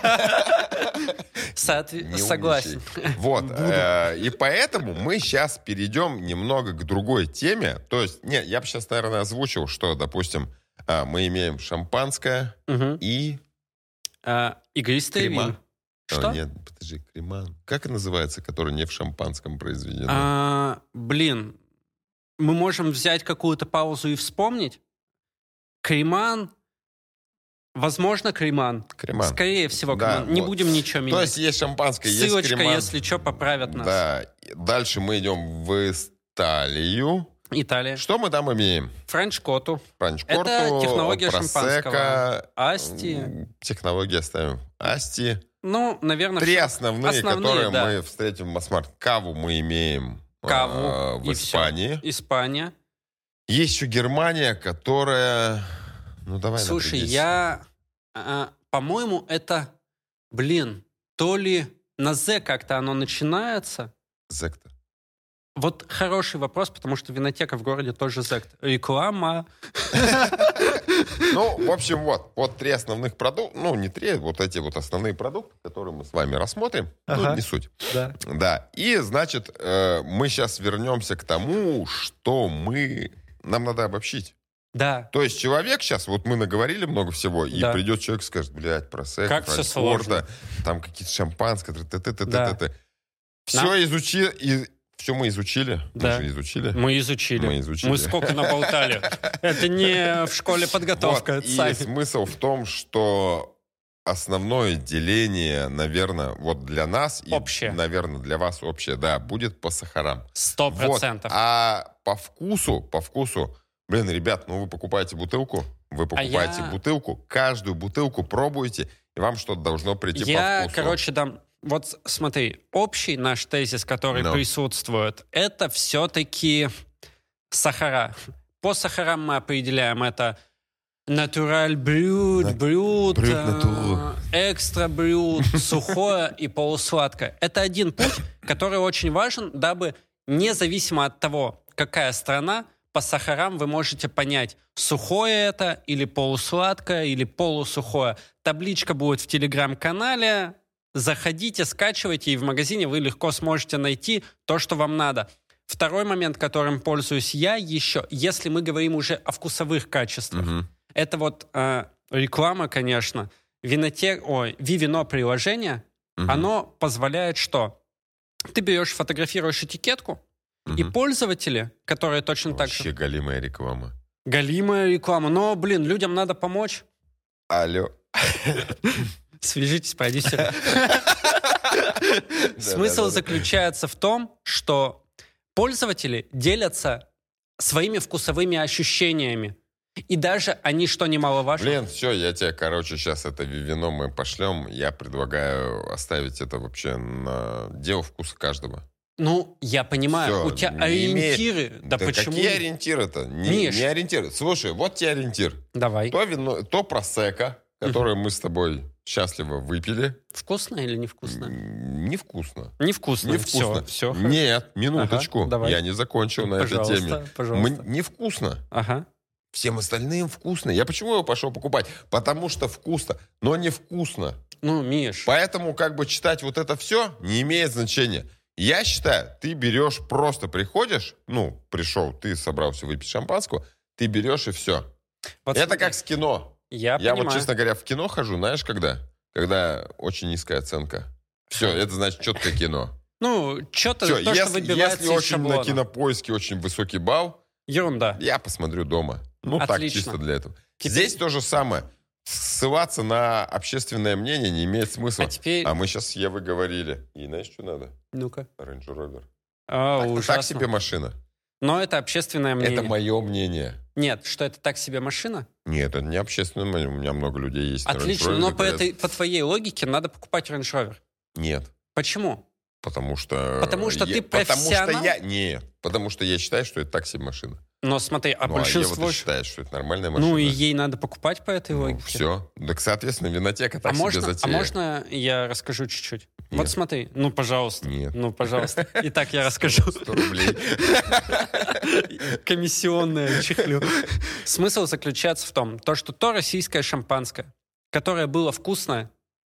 Согласен. Вот. И поэтому мы сейчас перейдем немного к другой теме. То есть, я бы сейчас, наверное, озвучил, что, допустим, мы имеем шампанское и... игристое вино. Что? Нет, подожди, креман. Как это называется, который не в шампанском произведено? Мы можем взять какую-то паузу и вспомнить. Креман... Возможно, креман. Скорее всего, креман. Не будем ничего менять. То есть есть шампанское, ссылочка, есть креман. Если что, поправят нас. Да. Дальше мы идем в Италия. Что мы там имеем? Френч-коту. Френч-коту, это технология просекко, шампанского. Асти. Технология ставим. Асти. Ну, наверное... Три основные, которые мы встретим в масс-маркете. Каву мы имеем в Испании. Испания. Есть еще Германия, которая... Ну, давай. Слушай, по-моему, это, то ли на «З» как-то оно начинается. «Зекта». Вот хороший вопрос, потому что винотека в городе тоже «Зект». Реклама. Ну, в общем, вот три основных продукта. Ну, не три, вот эти вот основные продукты, которые мы с вами рассмотрим. Ну, не суть. Да. И, значит, мы сейчас вернемся к тому, что нам надо обобщить. Да. То есть человек сейчас, вот мы наговорили много всего, и придет человек и скажет, просекко, франкфурта, там какие-то шампанское, Все изучи, все мы изучили. Да. Мы изучили. Мы сколько наболтали. Это не в школе подготовка. И смысл в том, что основное деление, наверное, вот для нас общее. И, наверное, для вас общее, будет по сахарам. 100%. А по вкусу, ребят, вы покупаете бутылку, каждую бутылку пробуете, и вам что-то должно прийти по вкусу. дам... Вот смотри, общий наш тезис, который присутствует, это все-таки сахара. По сахарам мы определяем это натураль брют, экстра брют, сухое и полусладкое. Это один путь, который очень важен, дабы независимо от того, какая страна, по сахарам вы можете понять, сухое это или полусладкое, или полусухое. Табличка будет в телеграм-канале. Заходите, скачивайте, и в магазине вы легко сможете найти то, что вам надо. Второй момент, которым пользуюсь я еще, если мы говорим уже о вкусовых качествах, это вот реклама, конечно, Вивино приложение, оно позволяет что? Ты берешь, фотографируешь этикетку, и пользователи, которые точно так же... Вообще галимая реклама. Галимая реклама. Но, людям надо помочь. Алло. Свяжитесь, продюсеры. Смысл заключается в том, что пользователи делятся своими вкусовыми ощущениями. И даже они, что немаловажно... Все, я тебе, сейчас это вино мы пошлем. Я предлагаю оставить это вообще на дело вкуса каждого. Ну, я понимаю, Всё, у тебя ориентиры. Да почему? Какие ориентиры-то? Не ориентиры. Слушай, вот тебе ориентир. Давай. То просекко, которое мы с тобой счастливо выпили. Вкусно или невкусно? Невкусно. Невкусно. Невкусно. Все. Нет, минуточку. Ага, я не закончил на этой теме. Пожалуйста. Невкусно. Ага. Всем остальным вкусно. Я почему его пошел покупать? Потому что вкусно, но невкусно. Ну, Миш. Поэтому как бы читать вот это все не имеет значения. Я считаю, ты берешь, просто приходишь, пришел, ты собрался выпить шампанского, ты берешь и все. Вот это смотри. как с кино. Я вот, честно говоря, в кино хожу, знаешь, когда? Когда очень низкая оценка. Все, это значит четкое кино. Что-то, Все, что выбивается если из очень шаблона. на Кинопоиске очень высокий балл, Ерунда. я посмотрю дома. Так, Отлично. чисто для этого. Теперь... Здесь то же самое. Ссылаться на общественное мнение не имеет смысла. А мы сейчас с Евой говорили. И знаешь, что надо? Ну-ка. Range Rover. Ужасно. Так себе машина. Но это общественное мнение. Это мое мнение. Нет, что это так себе машина? Нет, это не общественное мнение. У меня много людей есть на Range Rover. Отлично, но по твоей логике надо покупать Range Rover. Нет. Почему? Потому что ты профессионал? Нет. Потому что я считаю, что это так себе машина. Но смотри, большинство... Ева считает, что это нормальная машина. И ей надо покупать по этой логике. Все. Так, соответственно, винотека так себе затея. А можно я расскажу чуть-чуть? Нет. Вот смотри, пожалуйста. Нет. Пожалуйста. Итак, я расскажу. 100 рублей. Комиссионная чехлю. Смысл заключается в том, что то российское шампанское, которое было вкусное,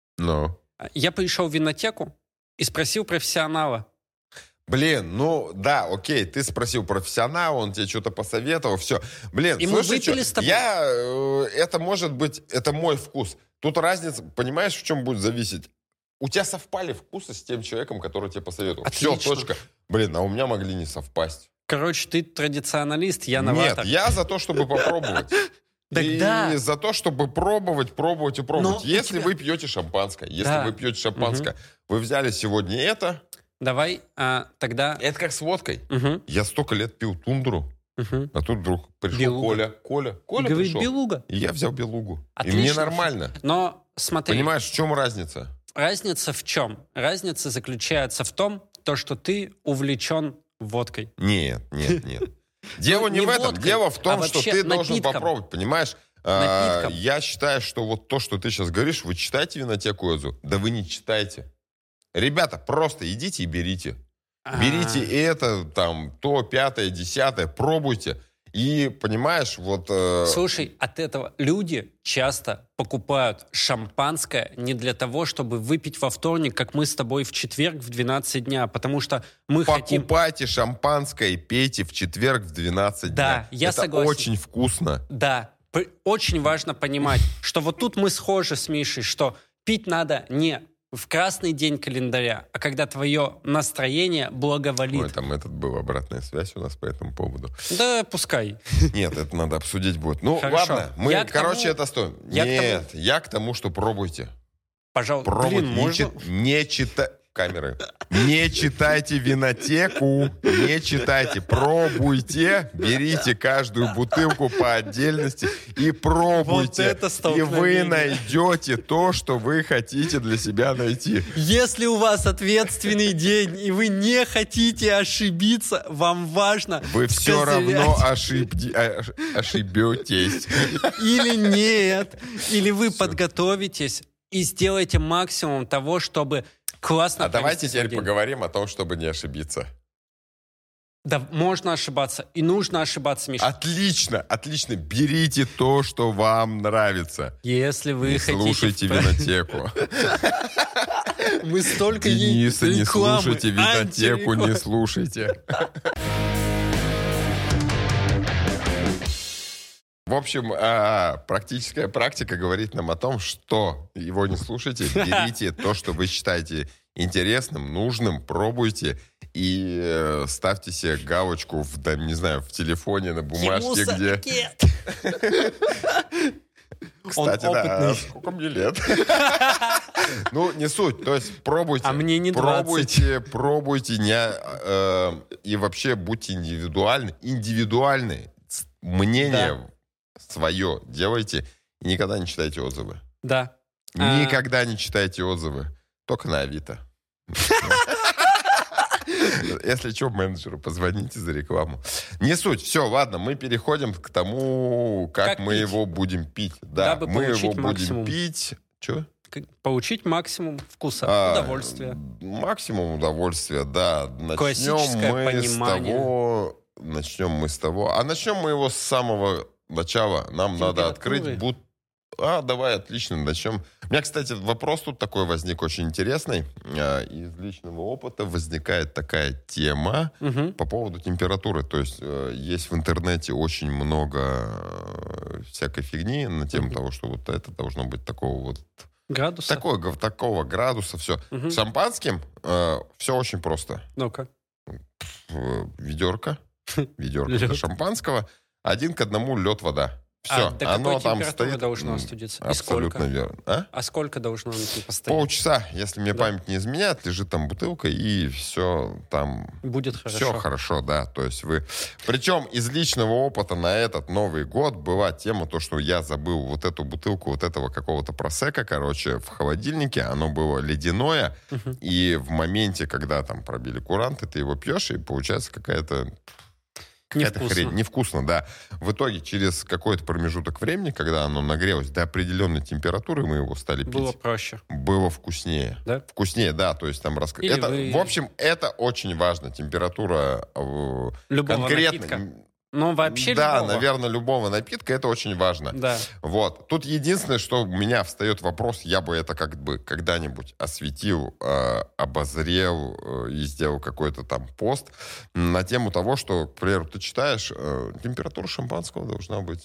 я пришел в винотеку и спросил профессионала. Блин, да, окей, ты спросил профессионала, он тебе что-то посоветовал, все. Блин, и слушай, мы выпили с тобой. это может быть, это мой вкус. Тут разница, понимаешь, в чем будет зависеть? У тебя совпали вкусы с тем человеком, который тебе посоветовал. Отлично. Все, точка. Блин, а у меня могли не совпасть. Короче, ты традиционалист, я новатор. Нет, я за то, чтобы попробовать. И за то, чтобы пробовать и пробовать. Если вы пьете шампанское, вы взяли сегодня это. Давай тогда... Это как с водкой. Я столько лет пил тундру, а тут вдруг пришел Белуга. Коля Говорит, пришел. белуга. И я взял белугу. Отлично. И мне нормально. Но смотри. Понимаешь, в чем разница? Разница в чем? Разница заключается в том, что ты увлечен водкой. Нет. Дело не в этом. водкой, Дело в том, что ты должен напитком. попробовать, понимаешь? Я считаю, что вот то, что ты сейчас говоришь, вы читаете винотеку отзыв? Да вы не читаете. Ребята, просто идите и берите. Берите это, то, 5-е, 10-е, пробуйте. И, понимаешь, Слушай, от этого люди часто покупают шампанское не для того, чтобы выпить во вторник, как мы с тобой в четверг в 12 дня, потому что мы хотим... Покупайте шампанское и пейте в четверг в 12 дня. Да, я согласен. Это очень вкусно. Да, очень важно понимать, что вот тут мы схожи с Мишей, что пить надо не в красный день календаря, а когда твое настроение благоволит. Там был обратная связь у нас по этому поводу. Да, пускай. Нет, это надо обсудить будет. Хорошо. Ладно, мы, это стоим. Я к тому, что пробуйте. Пожалуйста. Пробуйте. Можно? Не читайте. Камеры. Не читайте винотеку, не читайте, пробуйте, берите каждую бутылку по отдельности и пробуйте. Вот это и вы найдете то, что вы хотите для себя найти. Если у вас ответственный день, и вы не хотите ошибиться, вам важно вы все равно ошибетесь. Или нет. Или вы подготовитесь и сделаете максимум того, чтобы классно. А давайте теперь поговорим о том, чтобы не ошибиться. Да, можно ошибаться. И нужно ошибаться, Миша. Отлично. Берите то, что вам нравится. Если вы хотите... слушайте винотеку. Мы столько Дениса, не слушайте винотеку, не слушайте. В общем, практическая практика говорит нам о том, что его не слушайте, берите то, что вы считаете интересным, нужным, пробуйте и ставьте себе галочку в телефоне, на бумажке, где... Кстати, да, сколько мне лет? Не суть, то есть пробуйте. А мне не 20. Пробуйте, и вообще будьте индивидуальны. Мнение свое делайте и никогда не читайте отзывы. Да. Никогда не читайте отзывы. Только на Авито. Если что, менеджеру позвоните за рекламу. Не суть. Все, ладно, мы переходим к тому, как мы пить? его будем пить. Да, Дабы мы его будем максимум. пить. Что? Получить максимум вкуса, удовольствия. Максимум удовольствия, да. Классическое понимание. Начнем мы с того. А начнем мы его с самого начала. Нам надо открыть давай, отлично, начнем. У меня, кстати, вопрос тут такой возник очень интересный. Из личного опыта возникает такая тема по поводу температуры. То есть есть в интернете очень много всякой фигни на тему того, что вот это должно быть такого вот градуса? Такого градуса, все. С шампанским все очень просто. Ну-ка. Ведерко шампанского, 1:1 лед, вода. Все, до оно какой там температуры стоит. Должно остудиться? Абсолютно верно. А сколько должно он постоять? Полчаса, если мне память не изменяет, лежит там бутылка, и все там... Будет хорошо. Все хорошо, да. То есть вы... Причем из личного опыта на этот Новый год была тема, то, что я забыл вот эту бутылку вот этого какого-то просека, в холодильнике. Оно было ледяное, и в моменте, когда там пробили куранты, ты его пьешь, и получается какая-то хрень. Невкусно, да. В итоге, через какой-то промежуток времени, когда оно нагрелось до определенной температуры, мы его стали пить. Было проще. Было вкуснее. Да? Вкуснее, да. То есть там В общем, это очень важно. Температура любого конкретно. напитка. Ну, вообще да, любого. наверное, любого напитка, это очень важно. Да. Вот. Тут единственное, что у меня встает вопрос, я бы это когда-нибудь осветил, обозрел и сделал какой-то там пост на тему того, что, к примеру, ты читаешь, температура шампанского должна быть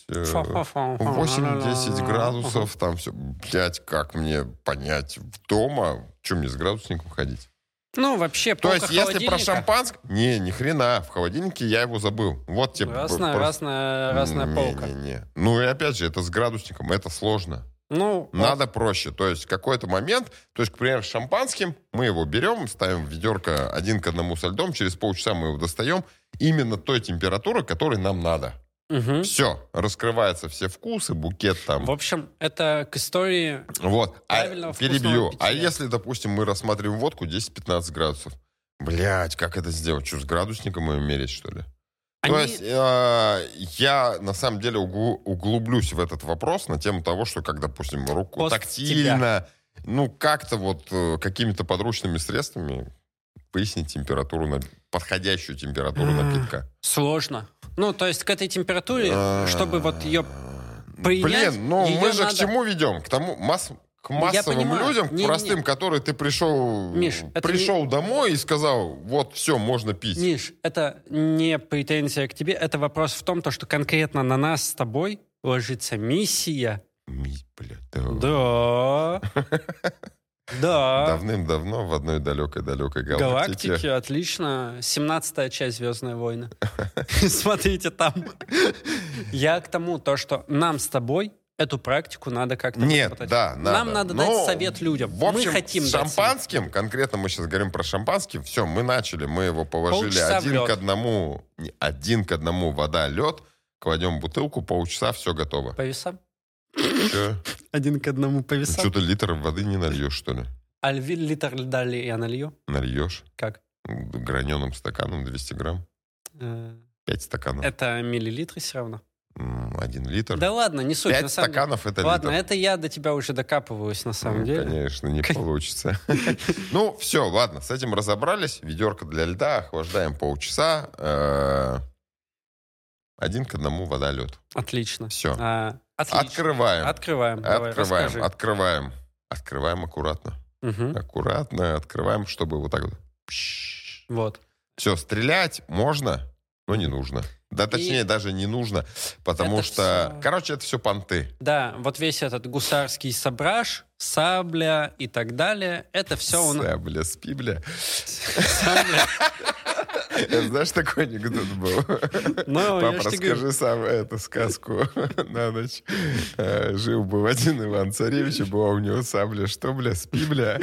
8-10 градусов, там все. Блять, как мне понять дома, что мне с градусником ходить? Ну, вообще, то есть, если про шампанское... ни хрена, в холодильнике я его забыл. Вот тебе... Разная полка. Ну, и опять же, это с градусником, это сложно. Надо проще. То есть, какой-то момент, к примеру, с шампанским мы его берем, ставим в ведерко 1:1 со льдом, через полчаса мы его достаем именно той температуры, которой нам надо. Все, раскрываются все вкусы, букет там. В общем, это к истории правильного перебью. питья. А если, допустим, мы рассматриваем водку 10-15 градусов? Блять, как это сделать? Что, с градусником ее мерить, что ли? То есть я, на самом деле, углублюсь в этот вопрос на тему того, что, как, допустим, руку тактильно, как-то какими-то подручными средствами выяснить температуру, подходящую температуру напитка. Сложно. То есть к этой температуре, чтобы ее принять... мы же к чему ведем? К массовым людям, простым, которые ты пришел домой и сказал, вот, все, можно пить. Миш, это не претензия к тебе, это вопрос в том, что конкретно на нас с тобой ложится миссия. Да. Да. Давным-давно в одной далекой-далекой галактике. Отлично. 17-я часть «Звездные войны». Смотрите там. Я к тому, что нам с тобой эту практику надо как-то... Нет, да, надо. Нам надо дать совет людям. В общем, мы хотим с шампанским, конкретно мы сейчас говорим про шампанским, все, мы начали, мы его положили 1:1 вода, лед, кладем бутылку, полчаса, все готово. По весам? Че? 1:1 по весам. Что-то литр воды не нальешь, что ли? А литр льда ли я налью? Нальешь. Как? Граненым стаканом 200 грамм. 5 стаканов. Это миллилитры все равно? 1 литр. Да ладно, не суть. 5 стаканов это литр. Ладно, это я до тебя уже докапываюсь, на самом деле. Конечно, не получится. Все, ладно, с этим разобрались. Ведерко для льда, охлаждаем полчаса. 1:1 вода, лед. Отлично. Все. Открываем. Открываем аккуратно. Аккуратно открываем, чтобы вот так вот. Вот. Все, стрелять можно, но не нужно. Да, точнее, даже не нужно, потому что... Короче, это все понты. Да, вот весь этот гусарский сабраж, сабля и так далее, это все... Сабля, спибля. Сабля. Знаешь, такой анекдот был? Папа, расскажи сам эту сказку на ночь. Жил-был один Иван-царевич, и была у него сабля. Что, бля, спибля?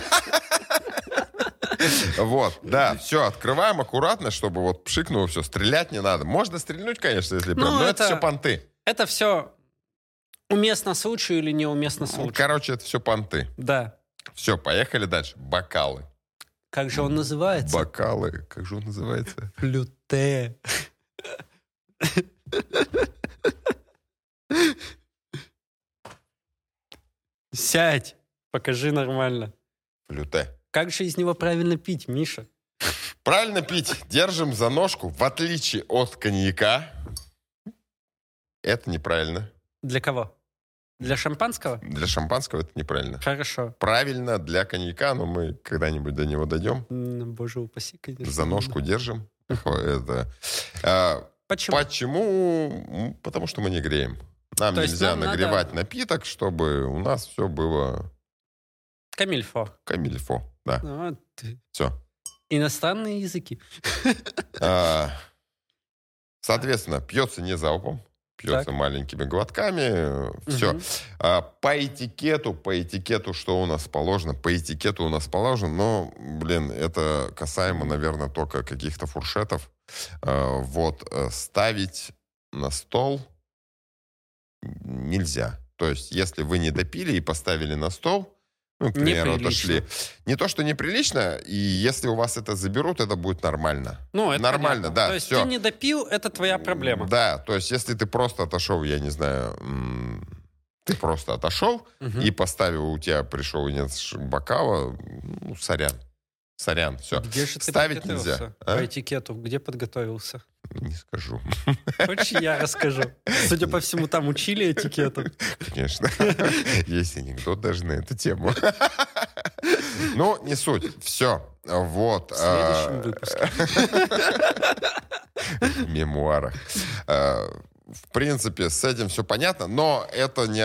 Вот, да, все, открываем аккуратно, чтобы вот пшикнуло все. Стрелять не надо. Можно стрельнуть, конечно, если прям, но это все понты. Это все уместно случаю или неуместно случаю? Короче, это все понты. Да. Все, поехали дальше. Бокалы. Как же он называется? Бокалы. Как же он называется? Флюте. Сядь, покажи нормально. Флюте. Как же из него правильно пить, Миша? Правильно пить. Держим за ножку. В отличие от коньяка. Это неправильно. Для кого? Для шампанского? Для шампанского это неправильно. Хорошо. Правильно для коньяка, но мы когда-нибудь до него дойдем. Боже упаси, конечно. За ножку держим. Почему? Почему? Потому что мы не греем. Нам То есть нельзя нам нагревать надо- напиток, чтобы у нас все было Камильфо. камильфо. Да, Вот. все. Иностранные языки. Соответственно, пьется не залпом, пьется Так. маленькими глотками. Все. Мгм. По этикету, что у нас положено? По этикету у нас положено, но, это касаемо, наверное, только каких-то фуршетов. Ставить на стол нельзя. То есть, если вы не допили и поставили на стол, к примеру, Неприлично. отошли. Не то, что неприлично, и если у вас это заберут, это будет нормально. Ну, это Нормально, понятно. да, То есть всё. ты не допил, это твоя проблема. Да, то есть, если ты просто отошел, я не знаю, ты просто отошел, Мгм. и поставил, у тебя пришел и нет бокала, сорян, все. Где же ты Ставить подготовился? нельзя. А? По этикету. Где подготовился? Не скажу. Хочешь, я расскажу? Судя по всему, там учили этикету. Конечно. Есть анекдот даже на эту тему. Ну, не суть. Все. Вот. В следующем выпуске. В мемуарах. В принципе, с этим все понятно, но это не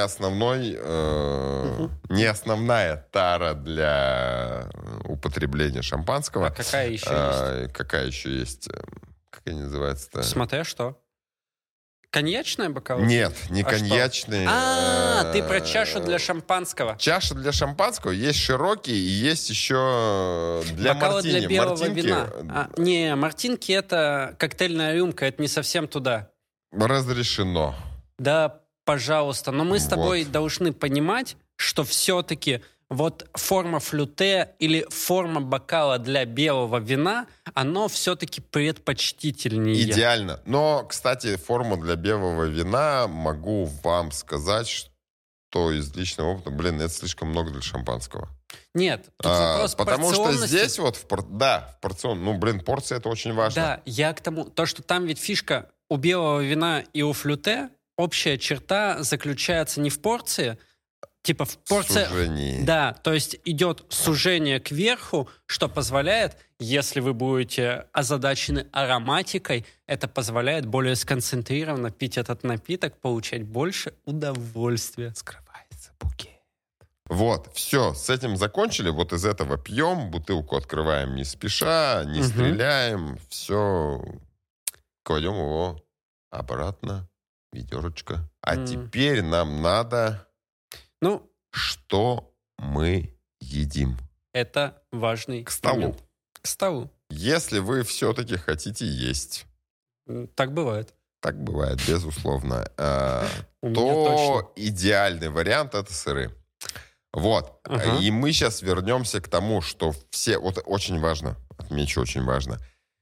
основная тара для употребления шампанского. А какая еще есть? Какая еще есть? Как они называются-то? Смотря что. Коньячная бокалка? Нет, не А что? коньячные. Ты про чашу для шампанского. Чаша для шампанского есть широкие, и есть еще для Бокалы мартини. для белого Мартинки вина. Не, мартинки — это коктейльная рюмка, это не совсем туда. разрешено. Да, пожалуйста. Но мы с тобой Вот. должны понимать, что все-таки вот форма флюте или форма бокала для белого вина, оно все-таки предпочтительнее. Идеально. Но, кстати, форму для белого вина могу вам сказать, что из личного опыта, это слишком много для шампанского. Нет, тут вопрос Потому что порционности. здесь в порцион, порция это очень важно. Да, я к тому, то, что там ведь фишка у белого вина и у флюте, общая черта заключается не в порции, типа в порции... Сужение. Да, то есть идет сужение кверху, что позволяет, если вы будете озадачены ароматикой, это позволяет более сконцентрированно пить этот напиток, получать больше удовольствия. Скрывается букет. Вот, все, с этим закончили. Вот из этого пьем, бутылку открываем не спеша, не стреляем, все, кладем его обратно, ведерочко. А теперь нам надо... Ну, что мы едим. это важный К столу. момент. К столу. Если вы все-таки хотите есть, Так бывает. так бывает, безусловно, У меня то точно. идеальный вариант — это сыры. Вот. Ага. И мы сейчас вернемся к тому, что все... Вот очень важно, отмечу, очень важно.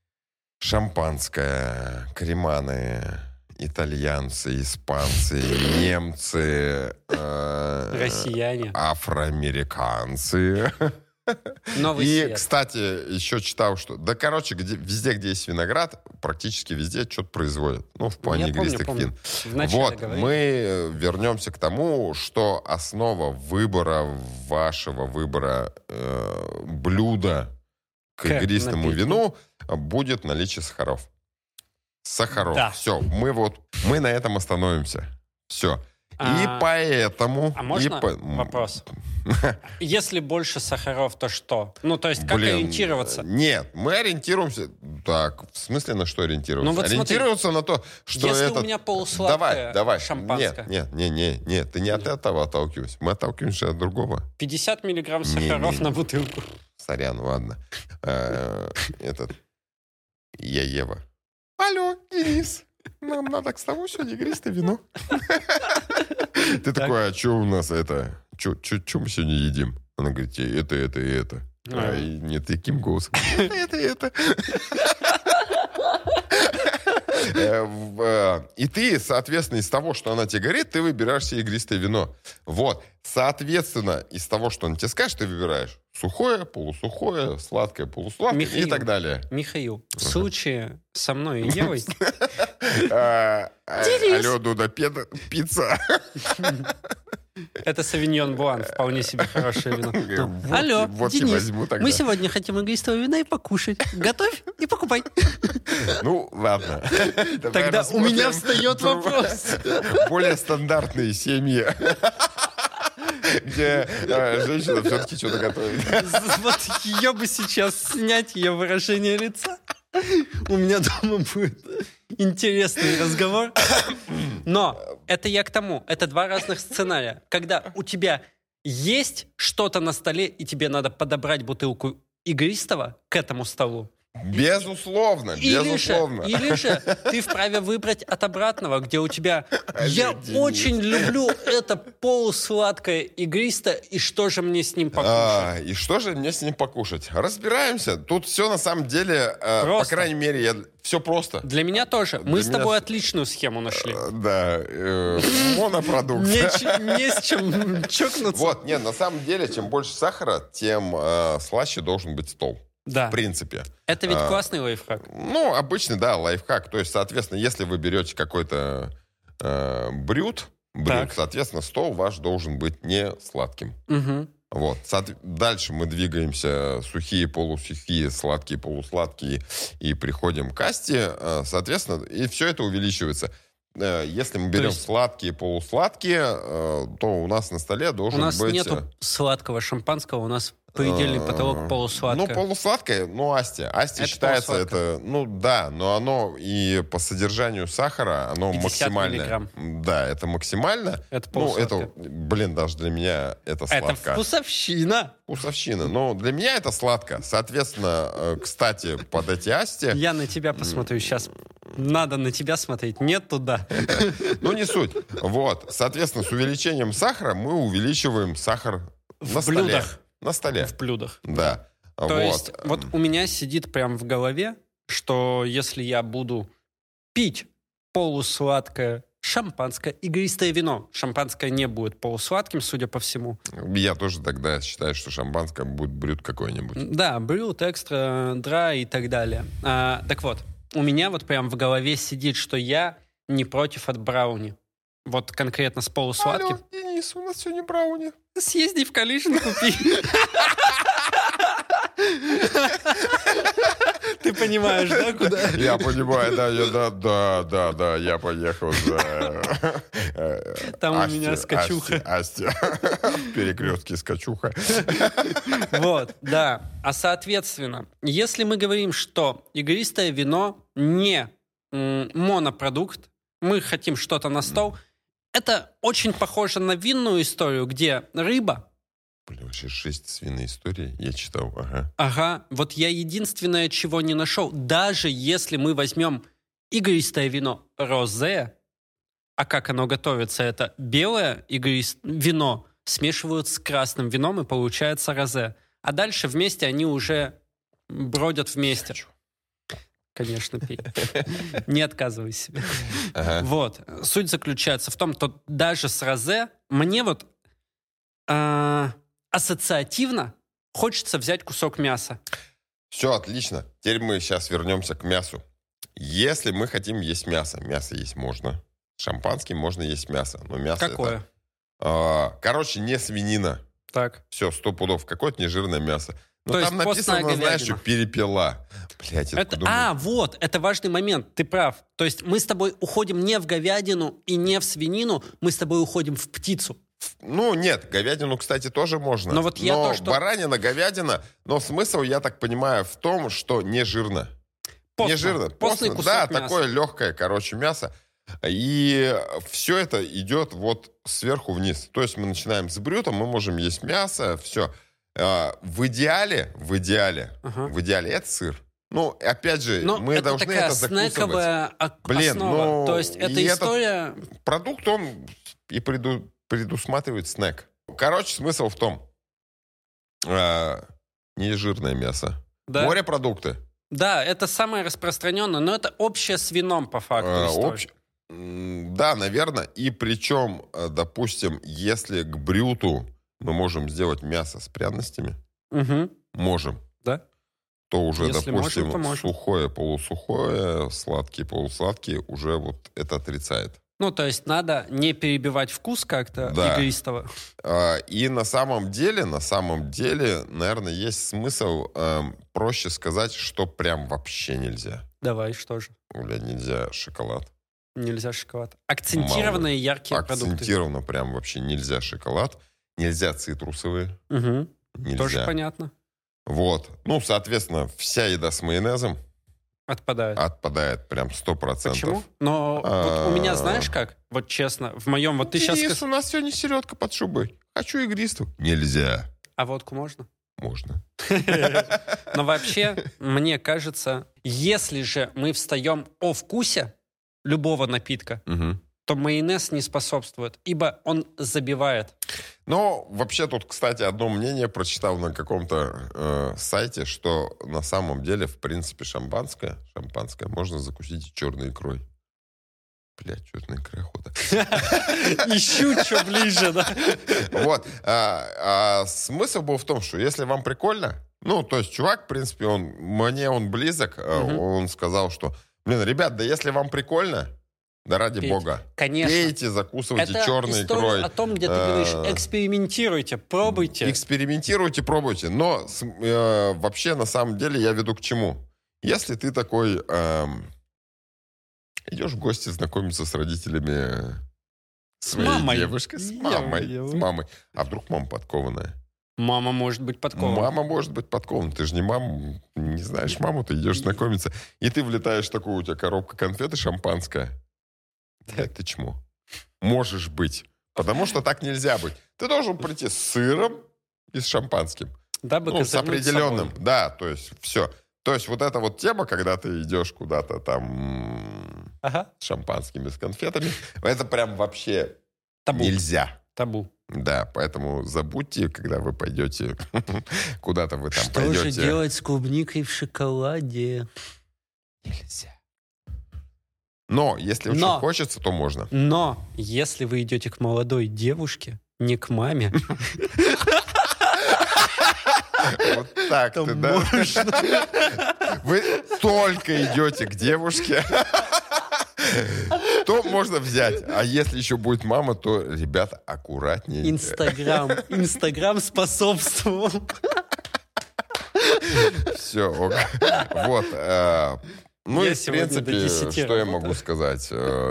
Шампанское, креманы, итальянцы, испанцы, немцы, Россияне. афроамериканцы. Новый И, свет. кстати, еще читал, что... Да, короче, везде, где есть виноград, практически везде что-то производят. Ну, в плане Я игристых вин. Вначале Вот, говорили. мы вернемся к тому, что основа вашего выбора блюда к игристому напитку. вину будет наличие сахаров. Сахаров. Да. Все, мы на этом остановимся. Все. И А, поэтому... А можно вопрос? Если больше сахаров, то что? Ну, то есть, как ориентироваться? Нет, мы ориентируемся... Так, в смысле на что ориентироваться? Ну, вот смотри, ориентироваться на то, что если это... у меня полусладкое Давай. шампанское. Нет, ты не от этого отталкивайся. Мы отталкиваемся от другого. 50 миллиграмм Не, сахаров не. на бутылку. Сорян, ладно. Я Ева. Алло, Денис. Нам надо к столу сегодня игристое вино. Ты такой, а что у нас это? Что мы сегодня едим? Она говорит, это и это. И не таким голосом. Это. И ты, соответственно, из того, что она тебе говорит, ты выбираешь себе игристое вино. Вот. Соответственно, из того, что она тебе скажет, ты выбираешь сухое, полусухое, сладкое, полусладкое и так далее. Михаил, в случае со мной и Евой... Алло, Дуда, пицца. Это Савиньон Блан, вполне себе хорошее вино. Алло, Денис, мы сегодня хотим игристого вина и покушать. Готовь и покупай. Ну, ладно. Тогда у меня встает вопрос. Более стандартные семьи, где женщина все-таки что-то готовит. Вот ее бы сейчас снять, ее выражение лица. У меня дома будет интересный разговор. Но это я к тому. Это два разных сценария. Когда у тебя есть что-то на столе, и тебе надо подобрать бутылку игристого к этому столу. Безусловно, безусловно. Или же ты вправе выбрать от обратного, где у тебя «Я очень люблю это полусладкое игристое, и что же мне с ним покушать?» И что же мне с ним покушать? Разбираемся. Тут все на самом деле, по крайней мере, все просто. Для меня тоже. Мы с тобой отличную схему нашли. Да, монопродукт. Не с чем чокнуться. Вот, нет, на самом деле, чем больше сахара, тем слаще должен быть стол. Да. В принципе. Это ведь классный лайфхак. Ну, обычный, да, лайфхак. То есть, соответственно, если вы берете какой-то брют, соответственно, стол ваш должен быть не сладким. Угу. Вот. Дальше мы двигаемся сухие, полусухие, сладкие, полусладкие и приходим к касте. Соответственно, и все это увеличивается. Если мы берем сладкие, полусладкие, то у нас на столе должен быть... У нас нету сладкого шампанского, у нас предельный потолок полусладкое. Ну, полусладкое, Асти. Асти считается это... Ну, да, но оно и по содержанию сахара, оно максимальное. Миллиграмм. Да, это максимально. Это полусладкое. Даже для меня это сладко. Это вкусовщина. Вкусовщина. Но для меня это сладко. Соответственно, кстати, под эти Асти... Я на тебя посмотрю сейчас. Надо на тебя смотреть, нет туда. Ну, не суть. Вот. Соответственно, с увеличением сахара мы увеличиваем сахар на столе. Блюдах. На столе. В блюдах. Да. То есть, вот у меня сидит прям в голове, что если я буду пить полусладкое шампанское, игристое вино, шампанское не будет полусладким, судя по всему. Я тоже тогда считаю, что шампанское будет брют какой-нибудь. Да, брют, экстра, драй и так далее. Так вот, у меня вот прям в голове сидит, что я не против от брауни. Вот конкретно с полусладким. Алло, Денис, у нас сегодня брауни. Съезди в Калишин, купи. Ты понимаешь, да, куда? Я понимаю, да, я поехал за... Там у меня скачуха. Асти. В перекрестке скачуха. Вот, да. А соответственно, если мы говорим, что игристое вино не монопродукт, мы хотим что-то на стол, это очень похоже на винную историю, где рыба... Блин, вообще 6 свиной историй я читал, Ага, вот я единственное, чего не нашел, даже если мы возьмем игристое вино розе, а как оно готовится, это белое вино смешивают с красным вином, и получается розе. А дальше вместе они уже бродят вместе. Конечно, пей. Не отказывай себе. Вот. Суть заключается в том, что даже с розе мне вот ассоциативно хочется взять кусок мяса. Все, отлично. Теперь мы сейчас вернемся к мясу. Если мы хотим есть мясо есть можно. Шампанским можно есть мясо. Но мясо какое? Короче, не свинина. Так. Все, 100 пудов. Какое-то нежирное мясо. Но то там написано, знаешь, что перепела. Блядь, вот, это важный момент, ты прав. То есть мы с тобой уходим не в говядину и не в свинину, мы с тобой уходим в птицу. Ну, нет, говядину, кстати, тоже можно. Но баранина, говядина, но смысл, я так понимаю, в том, что не жирно. Не жирно. Постный кусок да, мяса. Такое легкое, мясо. И все это идет вот сверху вниз. То есть мы начинаем с брюта, мы можем есть мясо, все. В идеале это сыр. Ну, опять же, мы должны это закусывать. Снековая основа. То есть эта история... Продукт, он и предусматривает снэк. Короче, смысл в том. не жирное мясо. Да. Морепродукты. Да, это самое распространенное, но это общее с вином по факту. Да, наверное. И причем, допустим, если к брюту мы можем сделать мясо с пряностями, можем, да, то уже, если допустим, можем, то можем. сухое, полусухое, сладкие, полусладкие, уже вот это отрицает. Ну, то есть надо не перебивать вкус как-то игристого. И на самом деле, наверное, есть смысл проще сказать, что прям вообще нельзя. Давай, что же? Нельзя шоколад. Нельзя шоколад. Акцентированные яркие продукты. Акцентированно прям вообще нельзя шоколад. Нельзя цитрусовые. Нельзя. Тоже понятно. Вот. Ну, соответственно, вся еда с майонезом отпадает прям 100%. Почему? Но вот у меня, знаешь как? Вот честно, в моем... Вот ты сейчас... У нас сегодня селедка под шубой. Хочу игристую. Нельзя. А водку можно? Можно. Но вообще, мне кажется, если же мы встаем о вкусе любого напитка, то майонез не способствует, ибо он забивает. Но вообще тут, кстати, одно мнение прочитал на каком-то сайте, что на самом деле, в принципе, шампанское можно закусить и черной икрой. Блядь, черная икра охота. Ищу, что ближе, да. Вот. Смысл был в том, что если вам прикольно, ну, то есть чувак, в принципе, мне он близок, он сказал, что, ребят, да если вам прикольно, да ради бога. Конечно. Пейте, закусывайте черной икрой. Это о том, где ты говоришь, экспериментируйте, пробуйте. Экспериментируйте, пробуйте. Но вообще, на самом деле, я веду к чему? Если ты такой идешь в гости знакомиться с родителями своей девушки, с мамой. А вдруг мама подкованная? Мама может быть подкована. Ты же не мама, не знаешь маму, ты идешь знакомиться. И ты влетаешь в такую, у тебя коробка конфет и шампанское. Ты чмо. Можешь быть. Потому что так нельзя быть. Ты должен прийти с сыром и с шампанским. С определенным. Собой. Да, то есть все. То есть вот эта вот тема, когда ты идешь куда-то там с шампанским и с конфетами, это прям вообще нельзя. Табу. Да, поэтому забудьте, когда вы пойдете куда-то вы там пойдете. Что же делать с клубникой в шоколаде? Нельзя. Но если очень хочется, то можно. Но если вы идете к молодой девушке, не к маме... Вот так ты, да? Вы только идете к девушке, то можно взять. А если еще будет мама, то, ребята, аккуратнее. Инстаграм способствовал. Все, ок. Вот. Ну и, в принципе, что я могу сказать?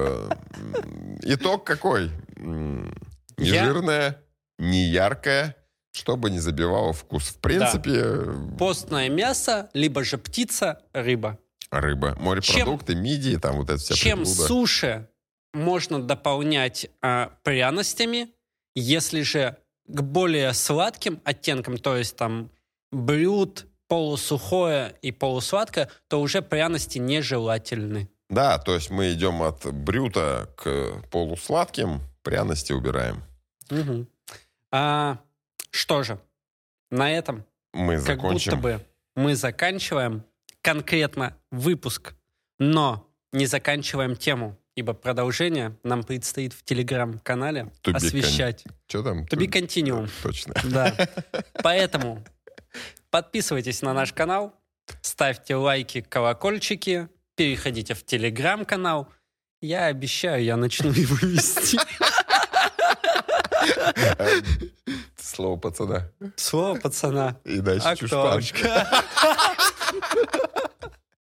Итог какой? Не жирная, не яркая, чтобы не забивало вкус. В принципе... Постное мясо, либо же птица, рыба. Морепродукты, мидии, там вот это вся чем приблуда. суши можно дополнять пряностями, если же к более сладким оттенкам, то есть там брют, полусухое и полусладкое, то уже пряности нежелательны. Да, то есть мы идем от брюта к полусладким, пряности убираем. Угу. Что же, на этом мы закончим. Как будто бы мы заканчиваем конкретно выпуск, но не заканчиваем тему, ибо продолжение нам предстоит в Телеграм-канале освещать. Что там? To be continuum. Точно. Да. Поэтому подписывайтесь на наш канал, ставьте лайки, колокольчики, переходите в Телеграм-канал. Я обещаю, я начну его вести. Слово пацана. Слово пацана. И дальше чушпан.